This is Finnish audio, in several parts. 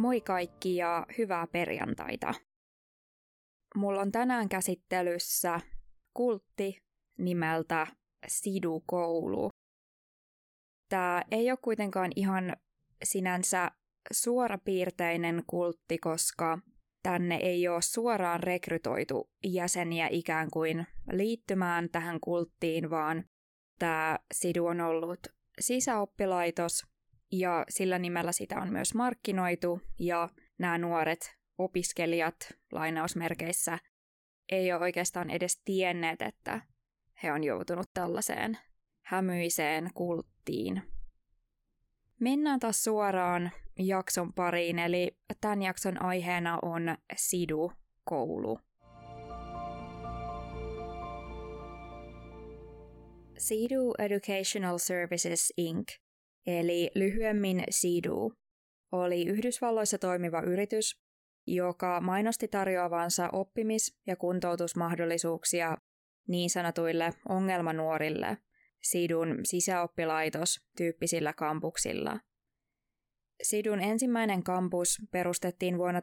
Moi kaikki ja hyvää perjantaita. Mulla on tänään käsittelyssä kultti nimeltä Sidu-koulu. Tää ei ole kuitenkaan ihan sinänsä suorapiirteinen kultti, koska tänne ei ole suoraan rekrytoitu jäseniä ikään kuin liittymään tähän kulttiin, vaan tämä Sidu on ollut sisäoppilaitos ja sillä nimellä sitä on myös markkinoitu ja nämä nuoret opiskelijat lainausmerkeissä ei ole oikeastaan edes tienneet, että he on joutunut tällaiseen hämyiseen kulttiin. Mennään taas suoraan jakson pariin, eli tämän jakson aiheena on Sidu-koulu. Sidu Educational Services Inc., eli lyhyemmin Sidu, oli Yhdysvalloissa toimiva yritys, joka mainosti tarjoavansa oppimis- ja kuntoutusmahdollisuuksia niin sanotuille ongelmanuorille Sidun sisäoppilaitos-tyyppisillä kampuksilla. Sidun ensimmäinen kampus perustettiin vuonna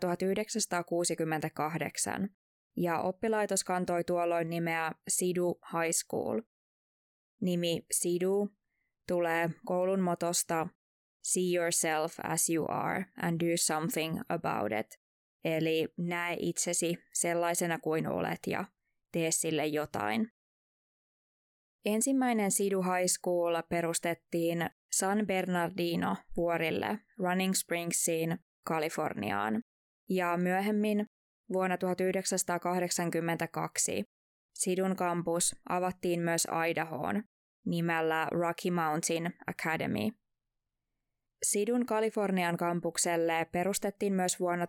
1968 ja oppilaitos kantoi tuolloin nimeä Sidu High School. Nimi Sidu tulee koulun motosta See yourself as you are and do something about it, eli näe itsesi sellaisena kuin olet ja tee sille jotain. Ensimmäinen Sidu High School perustettiin San Bernardino-vuorille Running Springsiin, Kaliforniaan, ja myöhemmin vuonna 1982 Sidun kampus avattiin myös Idahoon nimellä Rocky Mountain Academy. Sidun Kalifornian kampukselle perustettiin myös vuonna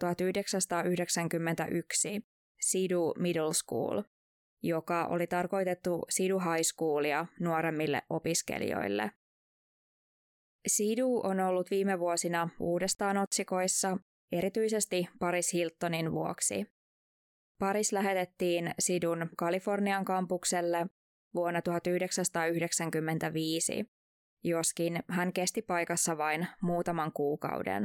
1991 Sidu Middle School, joka oli tarkoitettu Sidu High Schoolia nuoremmille opiskelijoille. Sidu on ollut viime vuosina uudestaan otsikoissa, erityisesti Paris Hiltonin vuoksi. Paris lähetettiin Sidun Kalifornian kampukselle vuonna 1995, joskin hän kesti paikassa vain muutaman kuukauden.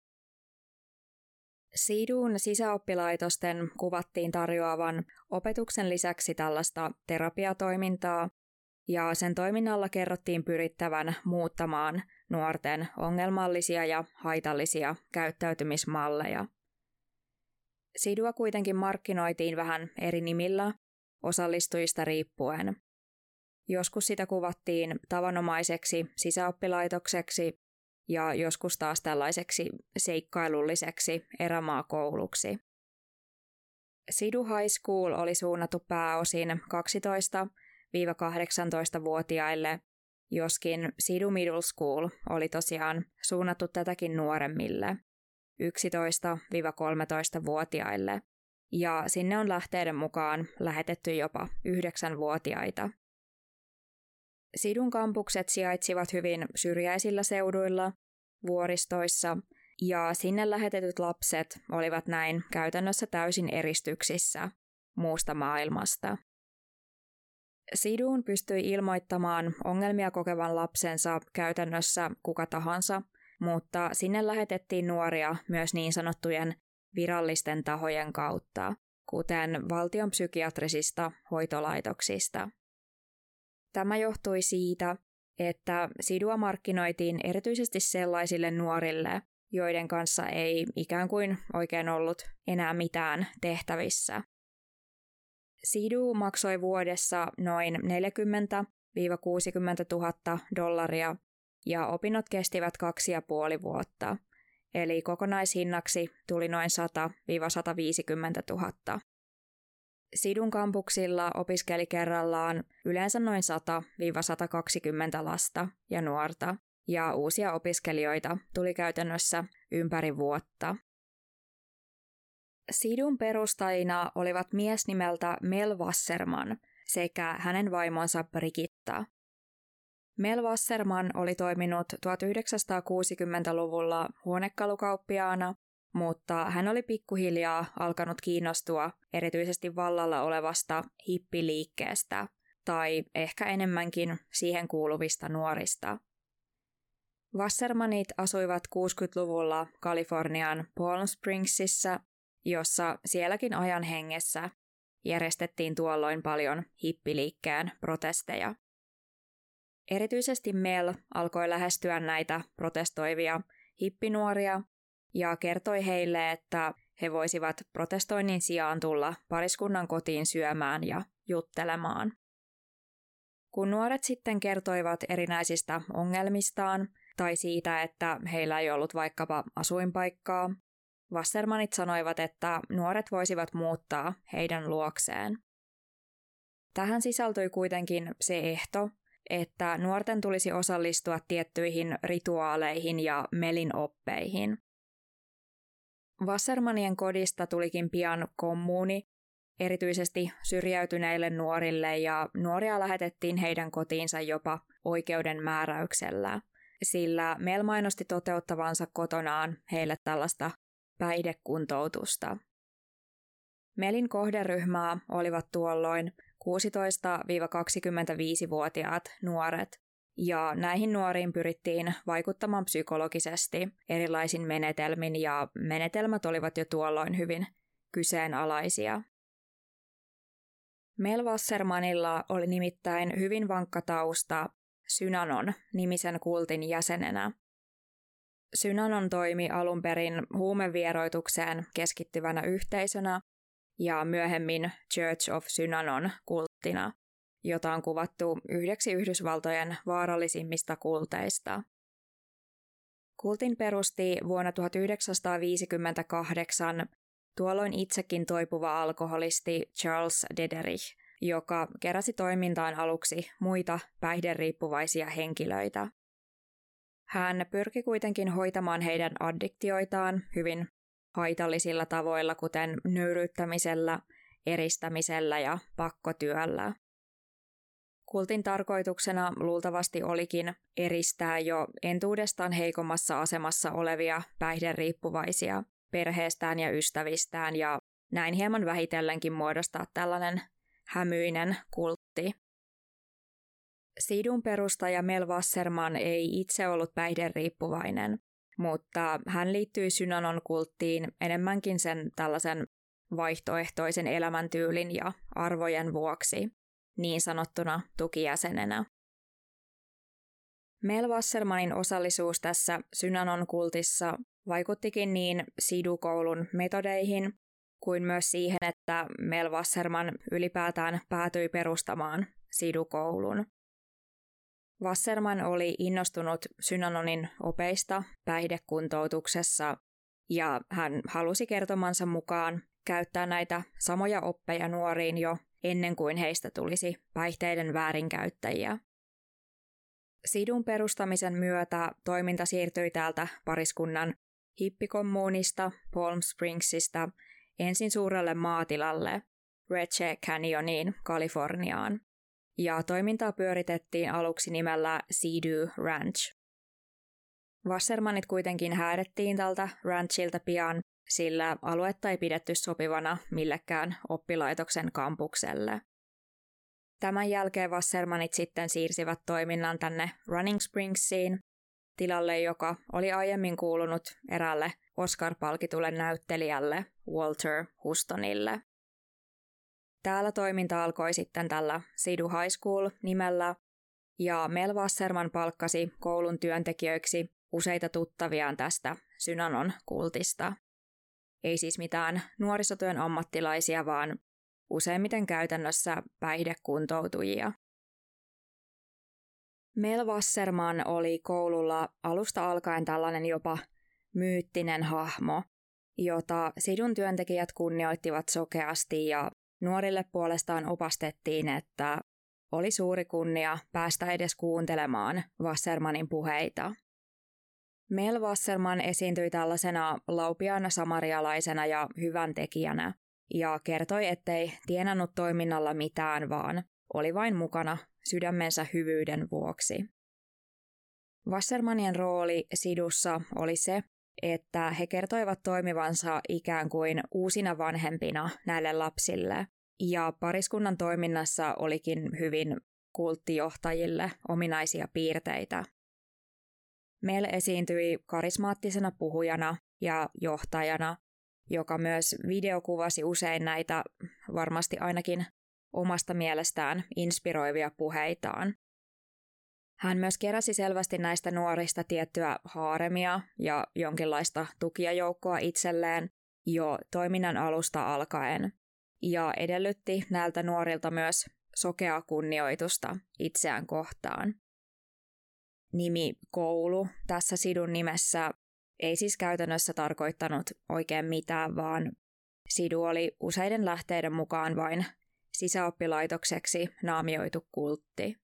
Sidun sisäoppilaitosten kuvattiin tarjoavan opetuksen lisäksi tällaista terapiatoimintaa, ja sen toiminnalla kerrottiin pyrittävän muuttamaan nuorten ongelmallisia ja haitallisia käyttäytymismalleja. Sidua kuitenkin markkinoitiin vähän eri nimillä, osallistujista riippuen. Joskus sitä kuvattiin tavanomaiseksi sisäoppilaitokseksi ja joskus taas tällaiseksi seikkailulliseksi erämaakouluksi. Sidu High School oli suunnattu pääosin 12-18-vuotiaille, joskin Sidu Middle School oli tosiaan suunnattu tätäkin nuoremmille, 11-13-vuotiaille, ja sinne on lähteiden mukaan lähetetty jopa 9-vuotiaita. Sidun kampukset sijaitsivat hyvin syrjäisillä seuduilla, vuoristoissa, ja sinne lähetetyt lapset olivat näin käytännössä täysin eristyksissä muusta maailmasta. Siduun pystyi ilmoittamaan ongelmia kokevan lapsensa käytännössä kuka tahansa, mutta sinne lähetettiin nuoria myös niin sanottujen virallisten tahojen kautta, kuten valtion psykiatrisista hoitolaitoksista. Tämä johtui siitä, että Sidua markkinoitiin erityisesti sellaisille nuorille, joiden kanssa ei ikään kuin oikein ollut enää mitään tehtävissä. Sidu maksoi vuodessa noin 40-60 000 dollaria ja opinnot kestivät 2,5 vuotta, eli kokonaishinnaksi tuli noin 100-150 000. Sidun kampuksilla opiskeli kerrallaan yleensä noin 100-120 lasta ja nuorta, ja uusia opiskelijoita tuli käytännössä ympäri vuotta. Sidun perustajina olivat mies nimeltä Mel Wasserman sekä hänen vaimonsa Brigitta. Mel Wasserman oli toiminut 1960-luvulla huonekalukauppiaana, mutta hän oli pikkuhiljaa alkanut kiinnostua erityisesti vallalla olevasta hippiliikkeestä tai ehkä enemmänkin siihen kuuluvista nuorista. Wassermanit asuivat 60-luvulla Kalifornian Palm Springsissa, jossa sielläkin ajan hengessä järjestettiin tuolloin paljon hippiliikkeen protesteja. Erityisesti Mel alkoi lähestyä näitä protestoivia hippinuoria ja kertoi heille, että he voisivat protestoinnin sijaan tulla pariskunnan kotiin syömään ja juttelemaan. Kun nuoret sitten kertoivat erinäisistä ongelmistaan tai siitä, että heillä ei ollut vaikkapa asuinpaikkaa, Wassermanit sanoivat, että nuoret voisivat muuttaa heidän luokseen. Tähän sisältyi kuitenkin se ehto, että nuorten tulisi osallistua tiettyihin rituaaleihin ja Melin oppeihin. Wassermanien kodista tulikin pian kommuuni, erityisesti syrjäytyneille nuorille, ja nuoria lähetettiin heidän kotiinsa jopa oikeuden määräyksellä, sillä Mel mainosti toteuttavansa kotonaan heille tällaista päihdekuntoutusta. Melin kohderyhmää olivat tuolloin 16-25-vuotiaat nuoret, ja näihin nuoriin pyrittiin vaikuttamaan psykologisesti erilaisin menetelmin, ja menetelmät olivat jo tuolloin hyvin kyseenalaisia. Mel Wassermanilla oli nimittäin hyvin vankka tausta Synanon-nimisen kultin jäsenenä. Synanon toimi alun perin huumevieroitukseen keskittyvänä yhteisönä ja myöhemmin Church of Synanon-kulttina, jota on kuvattu yhdeksi Yhdysvaltojen vaarallisimmista kulteista. Kultin perusti vuonna 1958 tuolloin itsekin toipuva alkoholisti Charles Dederich, joka keräsi toimintaan aluksi muita päihderiippuvaisia henkilöitä. Hän pyrki kuitenkin hoitamaan heidän addiktioitaan hyvin haitallisilla tavoilla, kuten nöyryyttämisellä, eristämisellä ja pakkotyöllä. Kultin tarkoituksena luultavasti olikin eristää jo entuudestaan heikommassa asemassa olevia päihderiippuvaisia perheestään ja ystävistään ja näin hieman vähitellenkin muodostaa tällainen hämyinen kultti. Sidun perustaja Mel Wasserman ei itse ollut päihderiippuvainen, mutta hän liittyi Synanon-kulttiin enemmänkin sen tällaisen vaihtoehtoisen elämäntyylin ja arvojen vuoksi, niin sanottuna tukijäsenenä. Mel Wassermanin osallisuus tässä Synanon-kultissa vaikuttikin niin Sidu-koulun metodeihin kuin myös siihen, että Mel Wasserman ylipäätään päätyi perustamaan Sidu-koulun. Wasserman oli innostunut Synanonin opeista päihdekuntoutuksessa ja hän halusi kertomansa mukaan käyttää näitä samoja oppeja nuoriin jo ennen kuin heistä tulisi päihteiden väärinkäyttäjiä. Sidun perustamisen myötä toiminta siirtyi täältä pariskunnan hippikommuunista Palm Springsista ensin suurelle maatilalle Reche Canyoniin Kaliforniaan, ja toimintaa pyöritettiin aluksi nimellä Sea-Doo Ranch. Wassermanit kuitenkin häädettiin tältä ranchilta pian, sillä aluetta ei pidetty sopivana millekään oppilaitoksen kampukselle. Tämän jälkeen Wassermanit sitten siirsivät toiminnan tänne Running Springsiin, tilalle, joka oli aiemmin kuulunut eräälle Oscar-palkitulle näyttelijälle Walter Hustonille. Täällä toiminta alkoi sitten tällä Sidu High School-nimellä, ja Mel Wasserman palkkasi koulun työntekijöiksi useita tuttaviaan tästä Synanon-kultista. Ei siis mitään nuorisotyön ammattilaisia, vaan useimmiten käytännössä päihdekuntoutujia. Mel Wasserman oli koululla alusta alkaen tällainen jopa myyttinen hahmo, jota Sidun työntekijät kunnioittivat sokeasti ja nuorille puolestaan opastettiin, että oli suuri kunnia päästä edes kuuntelemaan Wassermanin puheita. Mel Wasserman esiintyi tällaisena laupiaana samarialaisena ja hyvän tekijänä ja kertoi, ettei tienannut toiminnalla mitään, vaan oli vain mukana sydämensä hyvyyden vuoksi. Wassermanien rooli Sidussa oli se, että he kertoivat toimivansa ikään kuin uusina vanhempina näille lapsille, ja pariskunnan toiminnassa olikin hyvin kulttijohtajille ominaisia piirteitä. Mel esiintyi karismaattisena puhujana ja johtajana, joka myös videokuvasi usein näitä varmasti ainakin omasta mielestään inspiroivia puheitaan. Hän myös keräsi selvästi näistä nuorista tiettyä haaremia ja jonkinlaista tukijajoukkoa itselleen jo toiminnan alusta alkaen, ja edellytti näiltä nuorilta myös sokeaa kunnioitusta itseään kohtaan. Nimi koulu tässä Sidun nimessä ei siis käytännössä tarkoittanut oikein mitään, vaan Sidu oli useiden lähteiden mukaan vain sisäoppilaitokseksi naamioitu kultti.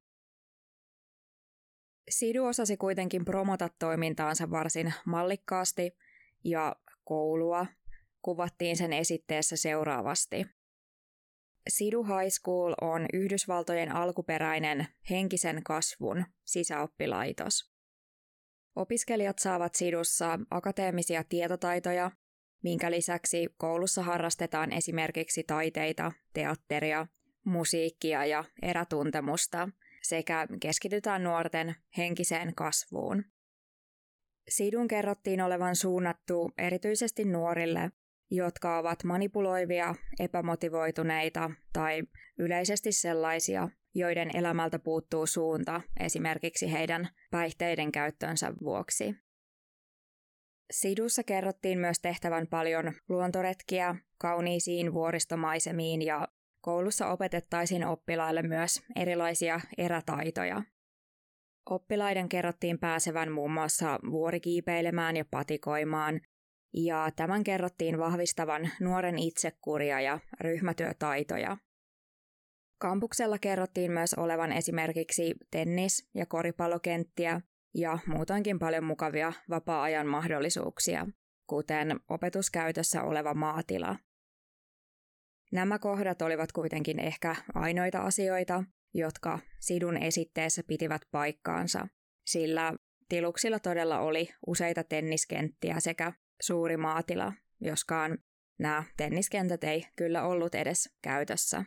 Sidu osasi kuitenkin promota toimintaansa varsin mallikkaasti, ja koulua kuvattiin sen esitteessä seuraavasti. Sidu High School on Yhdysvaltojen alkuperäinen henkisen kasvun sisäoppilaitos. Opiskelijat saavat Sidussa akateemisia tietotaitoja, minkä lisäksi koulussa harrastetaan esimerkiksi taiteita, teatteria, musiikkia ja erätuntemusta sekä keskitytään nuorten henkiseen kasvuun. Sidun kerrottiin olevan suunnattu erityisesti nuorille, jotka ovat manipuloivia, epämotivoituneita tai yleisesti sellaisia, joiden elämältä puuttuu suunta esimerkiksi heidän päihteiden käyttönsä vuoksi. Sidussa kerrottiin myös tehtävän paljon luontoretkiä kauniisiin vuoristomaisemiin ja koulussa opetettaisiin oppilaille myös erilaisia erätaitoja. Oppilaiden kerrottiin pääsevän muun muassa vuorikiipeilemään ja patikoimaan, ja tämän kerrottiin vahvistavan nuoren itsekuria ja ryhmätyötaitoja. Kampuksella kerrottiin myös olevan esimerkiksi tennis- ja koripallokenttiä ja muutoinkin paljon mukavia vapaa-ajan mahdollisuuksia, kuten opetuskäytössä oleva maatila. Nämä kohdat olivat kuitenkin ehkä ainoita asioita, jotka Sidun esitteessä pitivät paikkaansa, sillä tiluksilla todella oli useita tenniskenttiä sekä suuri maatila, joskaan nämä tenniskentät ei kyllä ollut edes käytössä.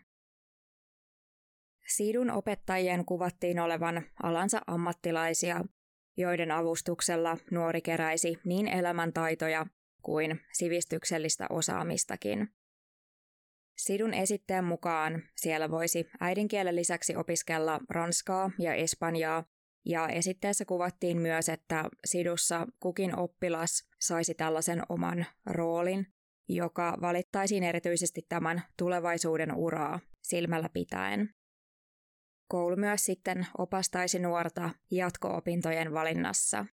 Sidun opettajien kuvattiin olevan alansa ammattilaisia, joiden avustuksella nuori keräisi niin elämäntaitoja kuin sivistyksellistä osaamistakin. Sidun esitteen mukaan siellä voisi äidinkielen lisäksi opiskella ranskaa ja espanjaa, ja esitteessä kuvattiin myös, että Sidussa kukin oppilas saisi tällaisen oman roolin, joka valittaisiin erityisesti tämän tulevaisuuden uraa silmällä pitäen. Koulu myös sitten opastaisi nuorta jatko-opintojen valinnassa.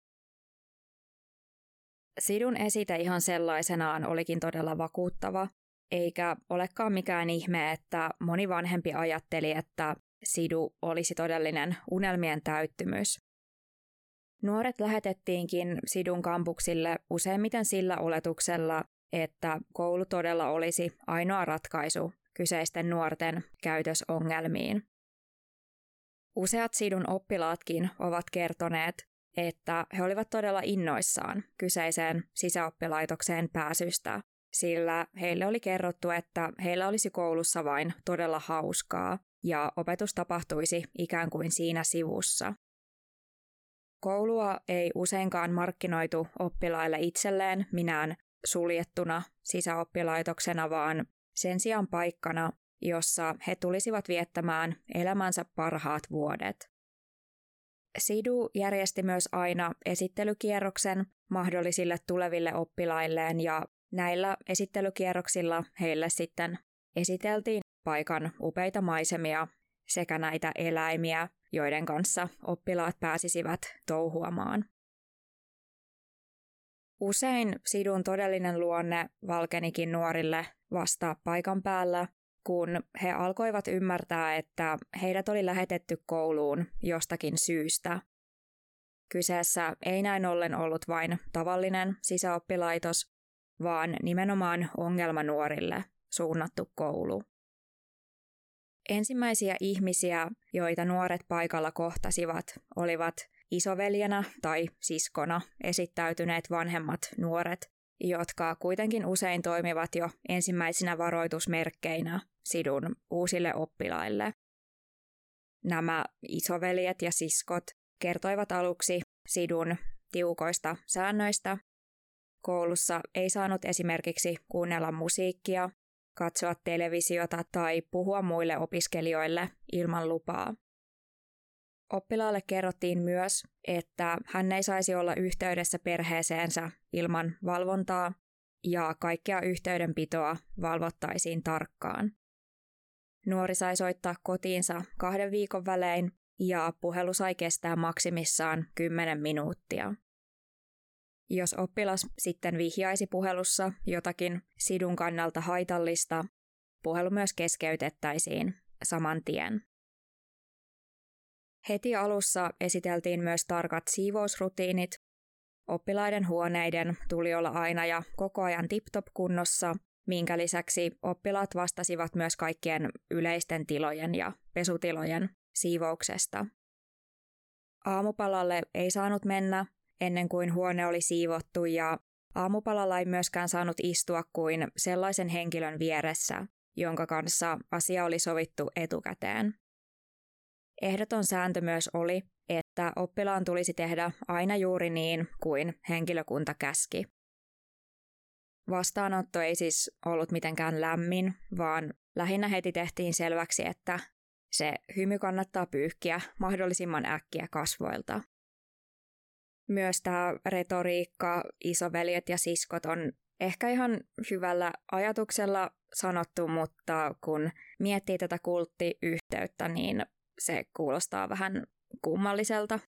Sidun esite ihan sellaisenaan olikin todella vakuuttava, eikä olekaan mikään ihme, että moni vanhempi ajatteli, että Sidu olisi todellinen unelmien täyttymys. Nuoret lähetettiinkin Sidun kampuksille useimmiten sillä oletuksella, että koulu todella olisi ainoa ratkaisu kyseisten nuorten käytösongelmiin. Useat Sidun oppilaatkin ovat kertoneet, että he olivat todella innoissaan kyseiseen sisäoppilaitokseen pääsystä, sillä heille oli kerrottu, että heillä olisi koulussa vain todella hauskaa ja opetus tapahtuisi ikään kuin siinä sivussa. Koulua ei useinkaan markkinoitu oppilaille itselleen minään suljettuna sisäoppilaitoksena, vaan sen sijaan paikkana, jossa he tulisivat viettämään elämänsä parhaat vuodet. Sidu järjesti myös aina esittelykierroksen mahdollisille tuleville oppilailleen, ja näillä esittelykierroksilla heille sitten esiteltiin paikan upeita maisemia sekä näitä eläimiä, joiden kanssa oppilaat pääsisivät touhuamaan. Usein Sidun todellinen luonne valkenikin nuorille vasta paikan päällä, kun he alkoivat ymmärtää, että heidät oli lähetetty kouluun jostakin syystä. Kyseessä ei näin ollen ollut vain tavallinen sisäoppilaitos, vaan nimenomaan ongelmanuorille suunnattu koulu. Ensimmäisiä ihmisiä, joita nuoret paikalla kohtasivat, olivat isoveljenä tai siskona esittäytyneet vanhemmat nuoret, jotka kuitenkin usein toimivat jo ensimmäisinä varoitusmerkkeinä Sidun uusille oppilaille. Nämä isoveljet ja siskot kertoivat aluksi Sidun tiukoista säännöistä. Koulussa ei saanut esimerkiksi kuunnella musiikkia, katsoa televisiota tai puhua muille opiskelijoille ilman lupaa. Oppilaalle kerrottiin myös, että hän ei saisi olla yhteydessä perheeseensä ilman valvontaa ja kaikkea yhteydenpitoa valvottaisiin tarkkaan. Nuori sai soittaa kotiinsa 2 viikon välein ja puhelu sai kestää maksimissaan 10 minuuttia. Jos oppilas sitten vihjaisi puhelussa jotakin Sidun kannalta haitallista, puhelu myös keskeytettäisiin saman tien. Heti alussa esiteltiin myös tarkat siivousrutiinit. Oppilaiden huoneiden tuli olla aina ja koko ajan tip-top kunnossa, minkä lisäksi oppilaat vastasivat myös kaikkien yleisten tilojen ja pesutilojen siivouksesta. Aamupalalle ei saanut mennä ennen kuin huone oli siivottu ja aamupalalla ei myöskään saanut istua kuin sellaisen henkilön vieressä, jonka kanssa asia oli sovittu etukäteen. Ehdoton sääntö myös oli, että oppilaan tulisi tehdä aina juuri niin kuin henkilökunta käski. Vastaanotto ei siis ollut mitenkään lämmin, vaan lähinnä heti tehtiin selväksi, että se hymy kannattaa pyyhkiä mahdollisimman äkkiä kasvoilta. Myös tämä retoriikka, isoveljet ja siskot on ehkä ihan hyvällä ajatuksella sanottu, mutta kun miettii tätä kulttiyhteyttä, niin se kuulostaa vähän kummalliselta.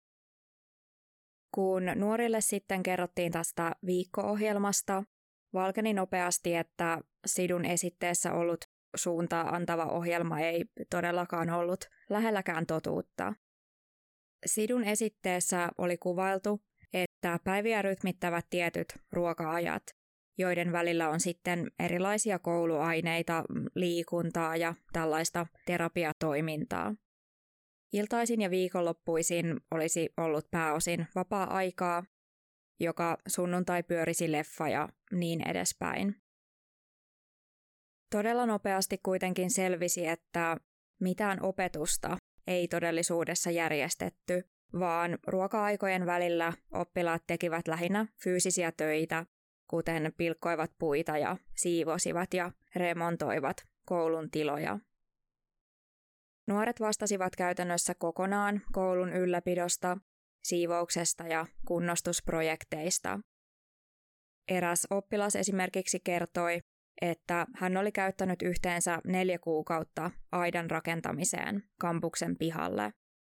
Kun nuorille sitten kerrottiin tästä viikko-ohjelmasta, valkeni nopeasti, että Sidun esitteessä ollut suuntaa antava ohjelma ei todellakaan ollut lähelläkään totuutta. Sidun esitteessä oli kuvailtu, että päiviä rytmittävät tietyt ruoka-ajat, joiden välillä on sitten erilaisia kouluaineita, liikuntaa ja tällaista terapiatoimintaa. Iltaisin ja viikonloppuisin olisi ollut pääosin vapaa-aikaa, joka sunnuntai pyörisi leffa ja niin edespäin. Todella nopeasti kuitenkin selvisi, että mitään opetusta ei todellisuudessa järjestetty, vaan ruoka-aikojen välillä oppilaat tekivät lähinnä fyysisiä töitä, kuten pilkkoivat puita ja siivosivat ja remontoivat koulun tiloja. Nuoret vastasivat käytännössä kokonaan koulun ylläpidosta, siivouksesta ja kunnostusprojekteista. Eräs oppilas esimerkiksi kertoi, että hän oli käyttänyt yhteensä 4 kuukautta aidan rakentamiseen kampuksen pihalle.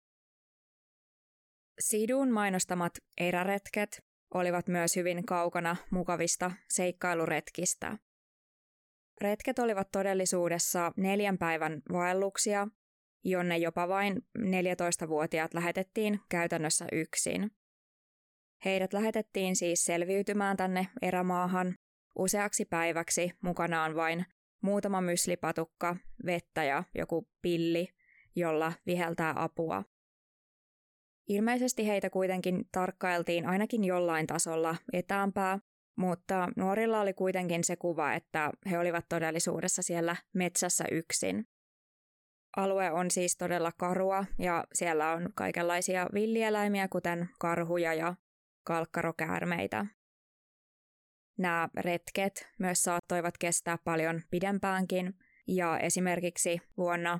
Sidun mainostamat eräretket olivat myös hyvin kaukana mukavista seikkailuretkistä. Retket olivat todellisuudessa 4 päivän vaelluksia, jonne jopa vain 14-vuotiaat lähetettiin käytännössä yksin. Heidät lähetettiin siis selviytymään tänne erämaahan useaksi päiväksi, mukanaan vain muutama myslipatukka, vettä ja joku pilli, jolla viheltää apua. Ilmeisesti heitä kuitenkin tarkkailtiin ainakin jollain tasolla etäämpää, mutta nuorilla oli kuitenkin se kuva, että he olivat todellisuudessa siellä metsässä yksin. Alue on siis todella karua ja siellä on kaikenlaisia villieläimiä, kuten karhuja ja kalkkarokäärmeitä. Nämä retket myös saattoivat kestää paljon pidempäänkin ja esimerkiksi vuonna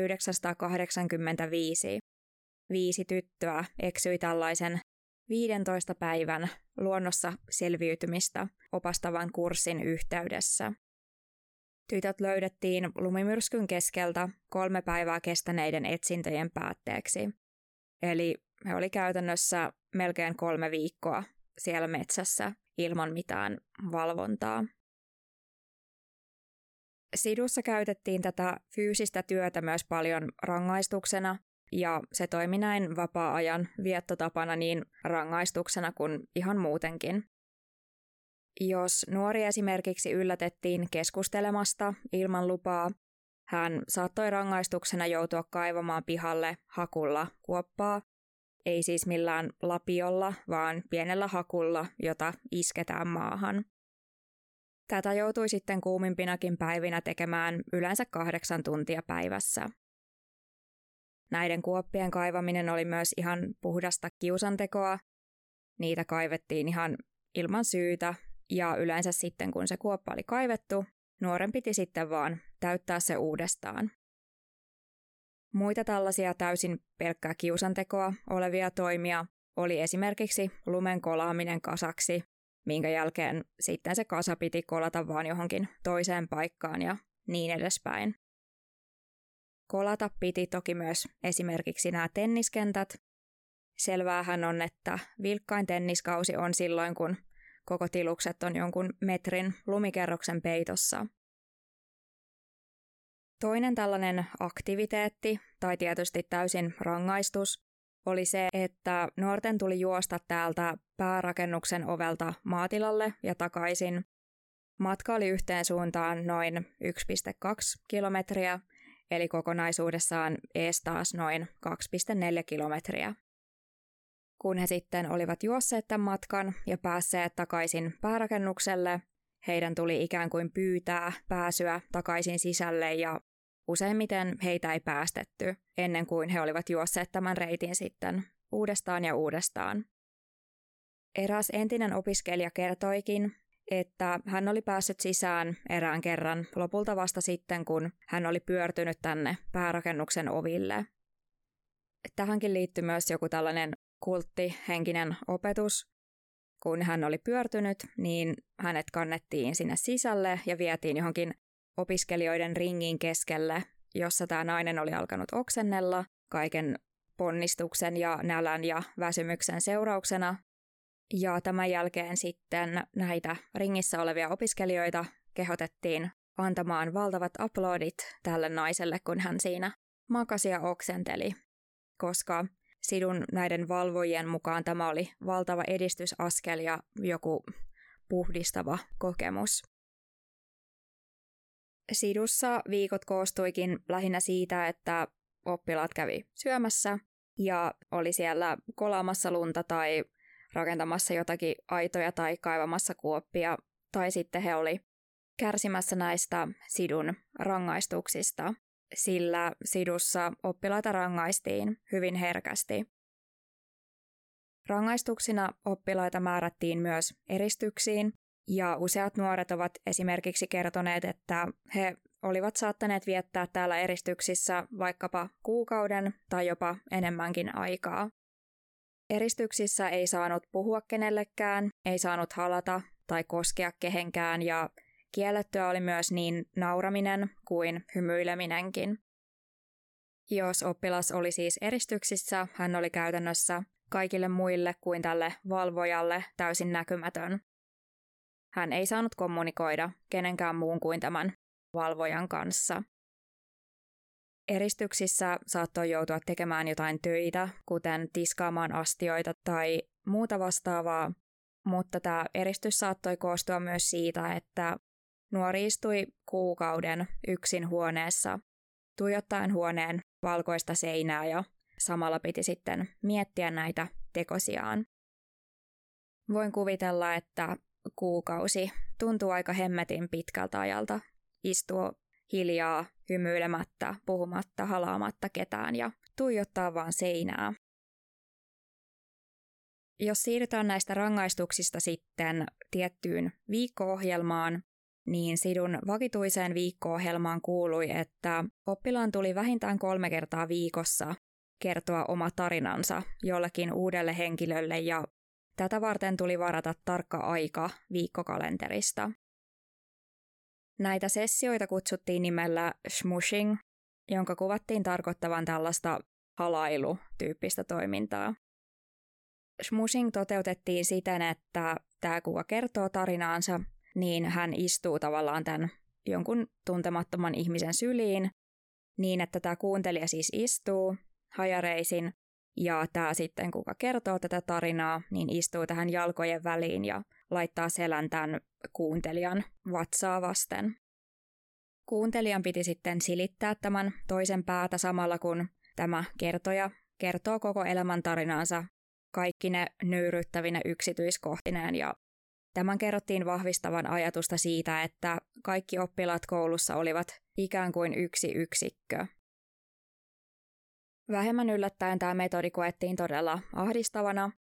1985 5 tyttöä eksyi tällaisen 15 päivän luonnossa selviytymistä opastavan kurssin yhteydessä. Tytöt löydettiin lumimyrskyn keskeltä 3 päivää kestäneiden etsintöjen päätteeksi. Eli he oli käytännössä melkein 3 viikkoa siellä metsässä ilman mitään valvontaa. Sidussa käytettiin tätä fyysistä työtä myös paljon rangaistuksena, ja se toimi näin vapaa-ajan viettotapana niin rangaistuksena kuin ihan muutenkin. Jos nuori esimerkiksi yllätettiin keskustelemasta ilman lupaa, hän saattoi rangaistuksena joutua kaivamaan pihalle hakulla kuoppaa, ei siis millään lapiolla, vaan pienellä hakulla, jota isketään maahan. Tätä joutui sitten kuumimpinakin päivinä tekemään yleensä 8 tuntia päivässä. Näiden kuoppien kaivaminen oli myös ihan puhdasta kiusantekoa. niitä kaivettiin ihan ilman syytä, ja yleensä sitten kun se kuoppa oli kaivettu, nuoren piti sitten vaan täyttää se uudestaan. Muita tällaisia täysin pelkkää kiusantekoa olevia toimia oli esimerkiksi lumen kolaaminen kasaksi, minkä jälkeen sitten se kasa piti kolata vaan johonkin toiseen paikkaan ja niin edespäin. Kolata piti toki myös esimerkiksi nämä tenniskentät. Selväähän on, että vilkkain tenniskausi on silloin, kun koko tilukset on jonkun metrin lumikerroksen peitossa. Toinen tällainen aktiviteetti, tai tietysti täysin rangaistus, oli se, että nuorten tuli juosta täältä päärakennuksen ovelta maatilalle ja takaisin. Matka oli yhteen suuntaan noin 1,2 kilometriä, eli kokonaisuudessaan ees taas noin 2,4 kilometriä. Kun he sitten olivat juosseet tämän matkan ja päässeet takaisin päärakennukselle, heidän tuli ikään kuin pyytää pääsyä takaisin sisälle ja useimmiten heitä ei päästetty ennen kuin he olivat juosseet tämän reitin sitten uudestaan ja uudestaan. Eräs entinen opiskelija kertoikin, että hän oli päässyt sisään erään kerran lopulta vasta sitten, kun hän oli pyörtynyt tänne päärakennuksen oville. Tähänkin liittyi myös joku tällainen kulttihenkinen opetus. Kun hän oli pyörtynyt, niin hänet kannettiin sinne sisälle ja vietiin johonkin opiskelijoiden ringin keskelle, jossa tämä nainen oli alkanut oksennella kaiken ponnistuksen ja nälän ja väsymyksen seurauksena. Ja tämän jälkeen sitten näitä ringissä olevia opiskelijoita kehotettiin antamaan valtavat aplodit tälle naiselle, kun hän siinä makasi ja oksenteli, koska Sidun näiden valvojien mukaan tämä oli valtava edistysaskel ja joku puhdistava kokemus. Sidussa viikot koostuikin lähinnä siitä, että oppilaat kävi syömässä ja oli siellä kolaamassa lunta tai rakentamassa jotakin aitoja tai kaivamassa kuoppia, tai sitten he oli kärsimässä näistä Sidun rangaistuksista, sillä Sidussa oppilaita rangaistiin hyvin herkästi. Rangaistuksina oppilaita määrättiin myös eristyksiin, ja useat nuoret ovat esimerkiksi kertoneet, että he olivat saattaneet viettää täällä eristyksissä vaikkapa kuukauden tai jopa enemmänkin aikaa. Eristyksissä ei saanut puhua kenellekään, ei saanut halata tai koskea kehenkään ja kiellettyä oli myös niin nauraminen kuin hymyileminenkin. Jos oppilas oli siis eristyksissä, hän oli käytännössä kaikille muille kuin tälle valvojalle täysin näkymätön. Hän ei saanut kommunikoida kenenkään muun kuin tämän valvojan kanssa. Eristyksissä saattoi joutua tekemään jotain töitä, kuten tiskaamaan astioita tai muuta vastaavaa, mutta tämä eristys saattoi koostua myös siitä, että nuori istui kuukauden yksin huoneessa, tuijottaen huoneen valkoista seinää ja samalla piti sitten miettiä näitä tekosiaan. Voin kuvitella, että kuukausi tuntuu aika hemmetin pitkältä ajalta istua hiljaa, hymyilemättä, puhumatta, halaamatta ketään ja tuijottaa vaan seinää. Jos siirrytään näistä rangaistuksista sitten tiettyyn viikko-ohjelmaan, niin Sidun vakituiseen viikko-ohjelmaan kuului, että oppilaan tuli vähintään 3 kertaa viikossa kertoa oma tarinansa jollekin uudelle henkilölle ja tätä varten tuli varata tarkka aika viikkokalenterista. Näitä sessioita kutsuttiin nimellä smushing, jonka kuvattiin tarkoittavan tällaista halailu-tyyppistä toimintaa. Smushing toteutettiin siten, että tämä kuka kertoo tarinaansa, niin hän istuu tavallaan tämän jonkun tuntemattoman ihmisen syliin, niin että tämä kuuntelija siis istuu hajareisin, ja tämä sitten kuka kertoo tätä tarinaa, niin istuu tähän jalkojen väliin ja laittaa selän tämän kuuntelijan vatsaa vasten. Kuuntelijan piti sitten silittää tämän toisen päätä samalla kun tämä kertoja kertoo koko elämän tarinaansa kaikki ne nöyryyttävinä yksityiskohtineen ja tämän kerrottiin vahvistavan ajatusta siitä, että kaikki oppilaat koulussa olivat ikään kuin yksi yksikkö. Vähemmän yllättäen tämä metodi koettiin todella ahdistavana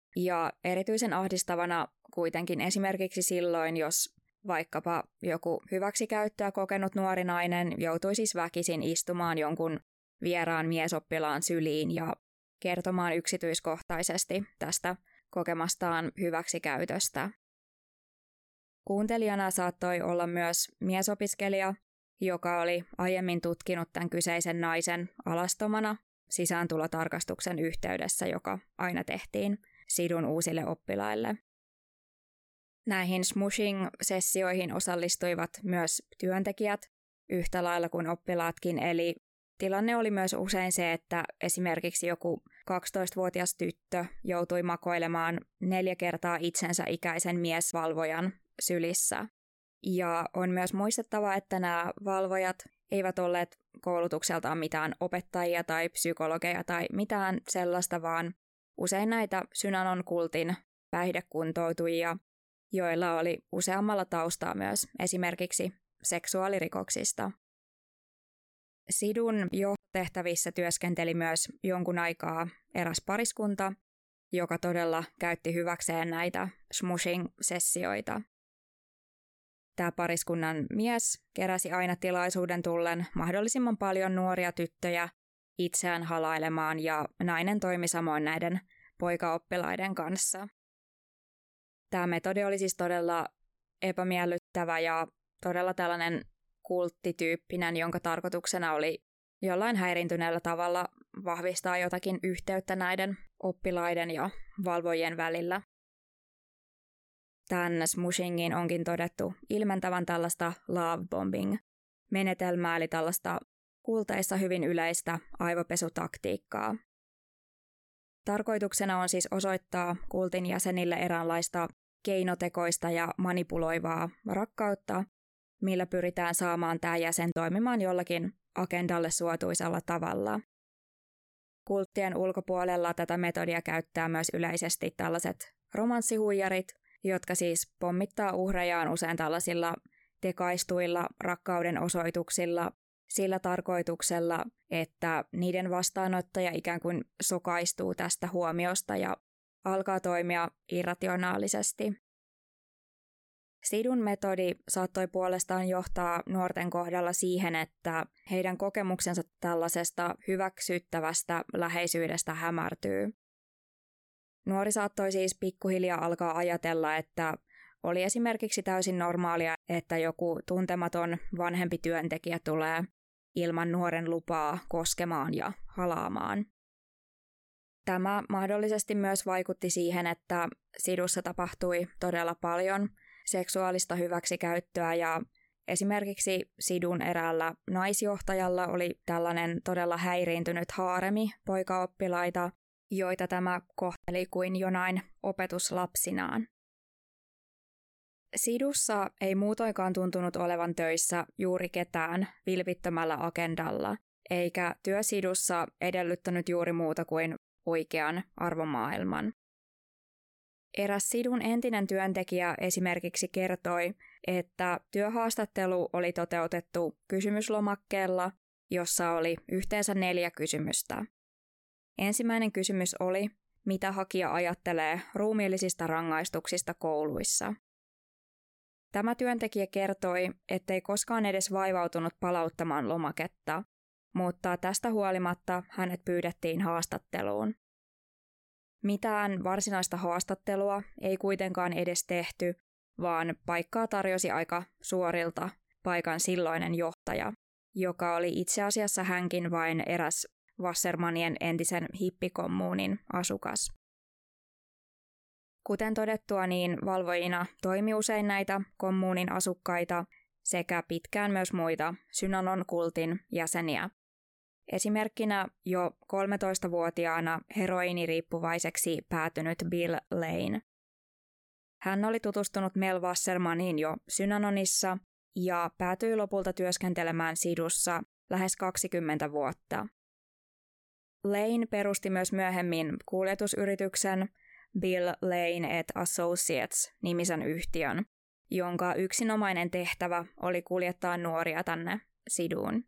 Ja erityisen ahdistavana kuitenkin esimerkiksi silloin, jos vaikkapa joku hyväksikäyttöä kokenut nuori nainen joutui siis väkisin istumaan jonkun vieraan miesoppilaan syliin ja kertomaan yksityiskohtaisesti tästä kokemastaan hyväksikäytöstä. Kuuntelijana saattoi olla myös miesopiskelija, joka oli aiemmin tutkinut tämän kyseisen naisen alastomana sisääntulotarkastuksen yhteydessä, joka aina tehtiin Sidun uusille oppilaille. Näihin smushing-sessioihin osallistuivat myös työntekijät yhtä lailla kuin oppilaatkin, eli tilanne oli myös usein se, että esimerkiksi joku 12-vuotias tyttö joutui makoilemaan 4 kertaa itsensä ikäisen miesvalvojan sylissä. Ja on myös muistettava, että nämä valvojat eivät olleet koulutukseltaan mitään opettajia tai psykologeja tai mitään sellaista, vaan usein näitä Synanon-kultin päihdekuntoutujia, joilla oli useammalla taustaa myös esimerkiksi seksuaalirikoksista. Sidun johtotehtävissä työskenteli myös jonkun aikaa eräs pariskunta, joka todella käytti hyväkseen näitä smushing-sessioita. Tämä pariskunnan mies keräsi aina tilaisuuden tullen mahdollisimman paljon nuoria tyttöjä itseään halailemaan ja nainen toimi samoin näiden poikaoppilaiden kanssa. Tämä metodi oli siis todella epämiellyttävä ja todella tällainen kulttityyppinen, jonka tarkoituksena oli jollain häirintyneellä tavalla vahvistaa jotakin yhteyttä näiden oppilaiden ja valvojien välillä. Tämän smushingin onkin todettu ilmentävän tällaista love bombing-menetelmää, eli tällaista kulteissa hyvin yleistä aivopesutaktiikkaa. Tarkoituksena on siis osoittaa kultin jäsenille eräänlaista keinotekoista ja manipuloivaa rakkautta, millä pyritään saamaan tämä jäsen toimimaan jollakin agendalle suotuisalla tavalla. Kulttien ulkopuolella tätä metodia käyttää myös yleisesti tällaiset romanssihuijarit, jotka siis pommittaa uhrejaan usein tällaisilla tekaistuilla rakkauden osoituksilla sillä tarkoituksella, että niiden vastaanottaja ikään kuin sokaistuu tästä huomiosta ja alkaa toimia irrationaalisesti. Sidun metodi saattoi puolestaan johtaa nuorten kohdalla siihen, että heidän kokemuksensa tällaisesta hyväksyttävästä läheisyydestä hämärtyy. Nuori saattoi siis pikkuhiljaa alkaa ajatella, että oli esimerkiksi täysin normaalia, että joku tuntematon vanhempi työntekijä tulee ilman nuoren lupaa koskemaan ja halaamaan. Tämä mahdollisesti myös vaikutti siihen, että Sidussa tapahtui todella paljon seksuaalista hyväksikäyttöä ja esimerkiksi Sidun eräällä naisjohtajalla oli tällainen todella häiriintynyt haaremi poikaoppilaita, joita tämä kohteli kuin jonain opetuslapsinaan. Sidussa ei muutoinkaan tuntunut olevan töissä juuri ketään vilpittömällä agendalla, eikä työ Sidussa edellyttänyt juuri muuta kuin oikean arvomaailman. Eräs Sidun entinen työntekijä esimerkiksi kertoi, että työhaastattelu oli toteutettu kysymyslomakkeella, jossa oli yhteensä 4 kysymystä. Ensimmäinen kysymys oli, mitä hakija ajattelee ruumiillisista rangaistuksista kouluissa. Tämä työntekijä kertoi, ettei koskaan edes vaivautunut palauttamaan lomaketta, mutta tästä huolimatta hänet pyydettiin haastatteluun. Mitään varsinaista haastattelua ei kuitenkaan edes tehty, vaan paikkaa tarjosi aika suorilta paikan silloinen johtaja, joka oli itse asiassa hänkin vain eräs Wassermanien entisen hippikommuunin asukas. Kuten todettua, niin valvojina toimi usein näitä kommuunin asukkaita sekä pitkään myös muita Synanon-kultin jäseniä. Esimerkkinä jo 13-vuotiaana heroiiniriippuvaiseksi päätynyt Bill Lane. Hän oli tutustunut Mel Wassermaniin jo Synanonissa ja päätyi lopulta työskentelemään Sidussa lähes 20 vuotta. Lane perusti myös myöhemmin kuljetusyrityksen Bill Lane & Associates-nimisen yhtiön, jonka yksinomainen tehtävä oli kuljettaa nuoria tänne Siduun.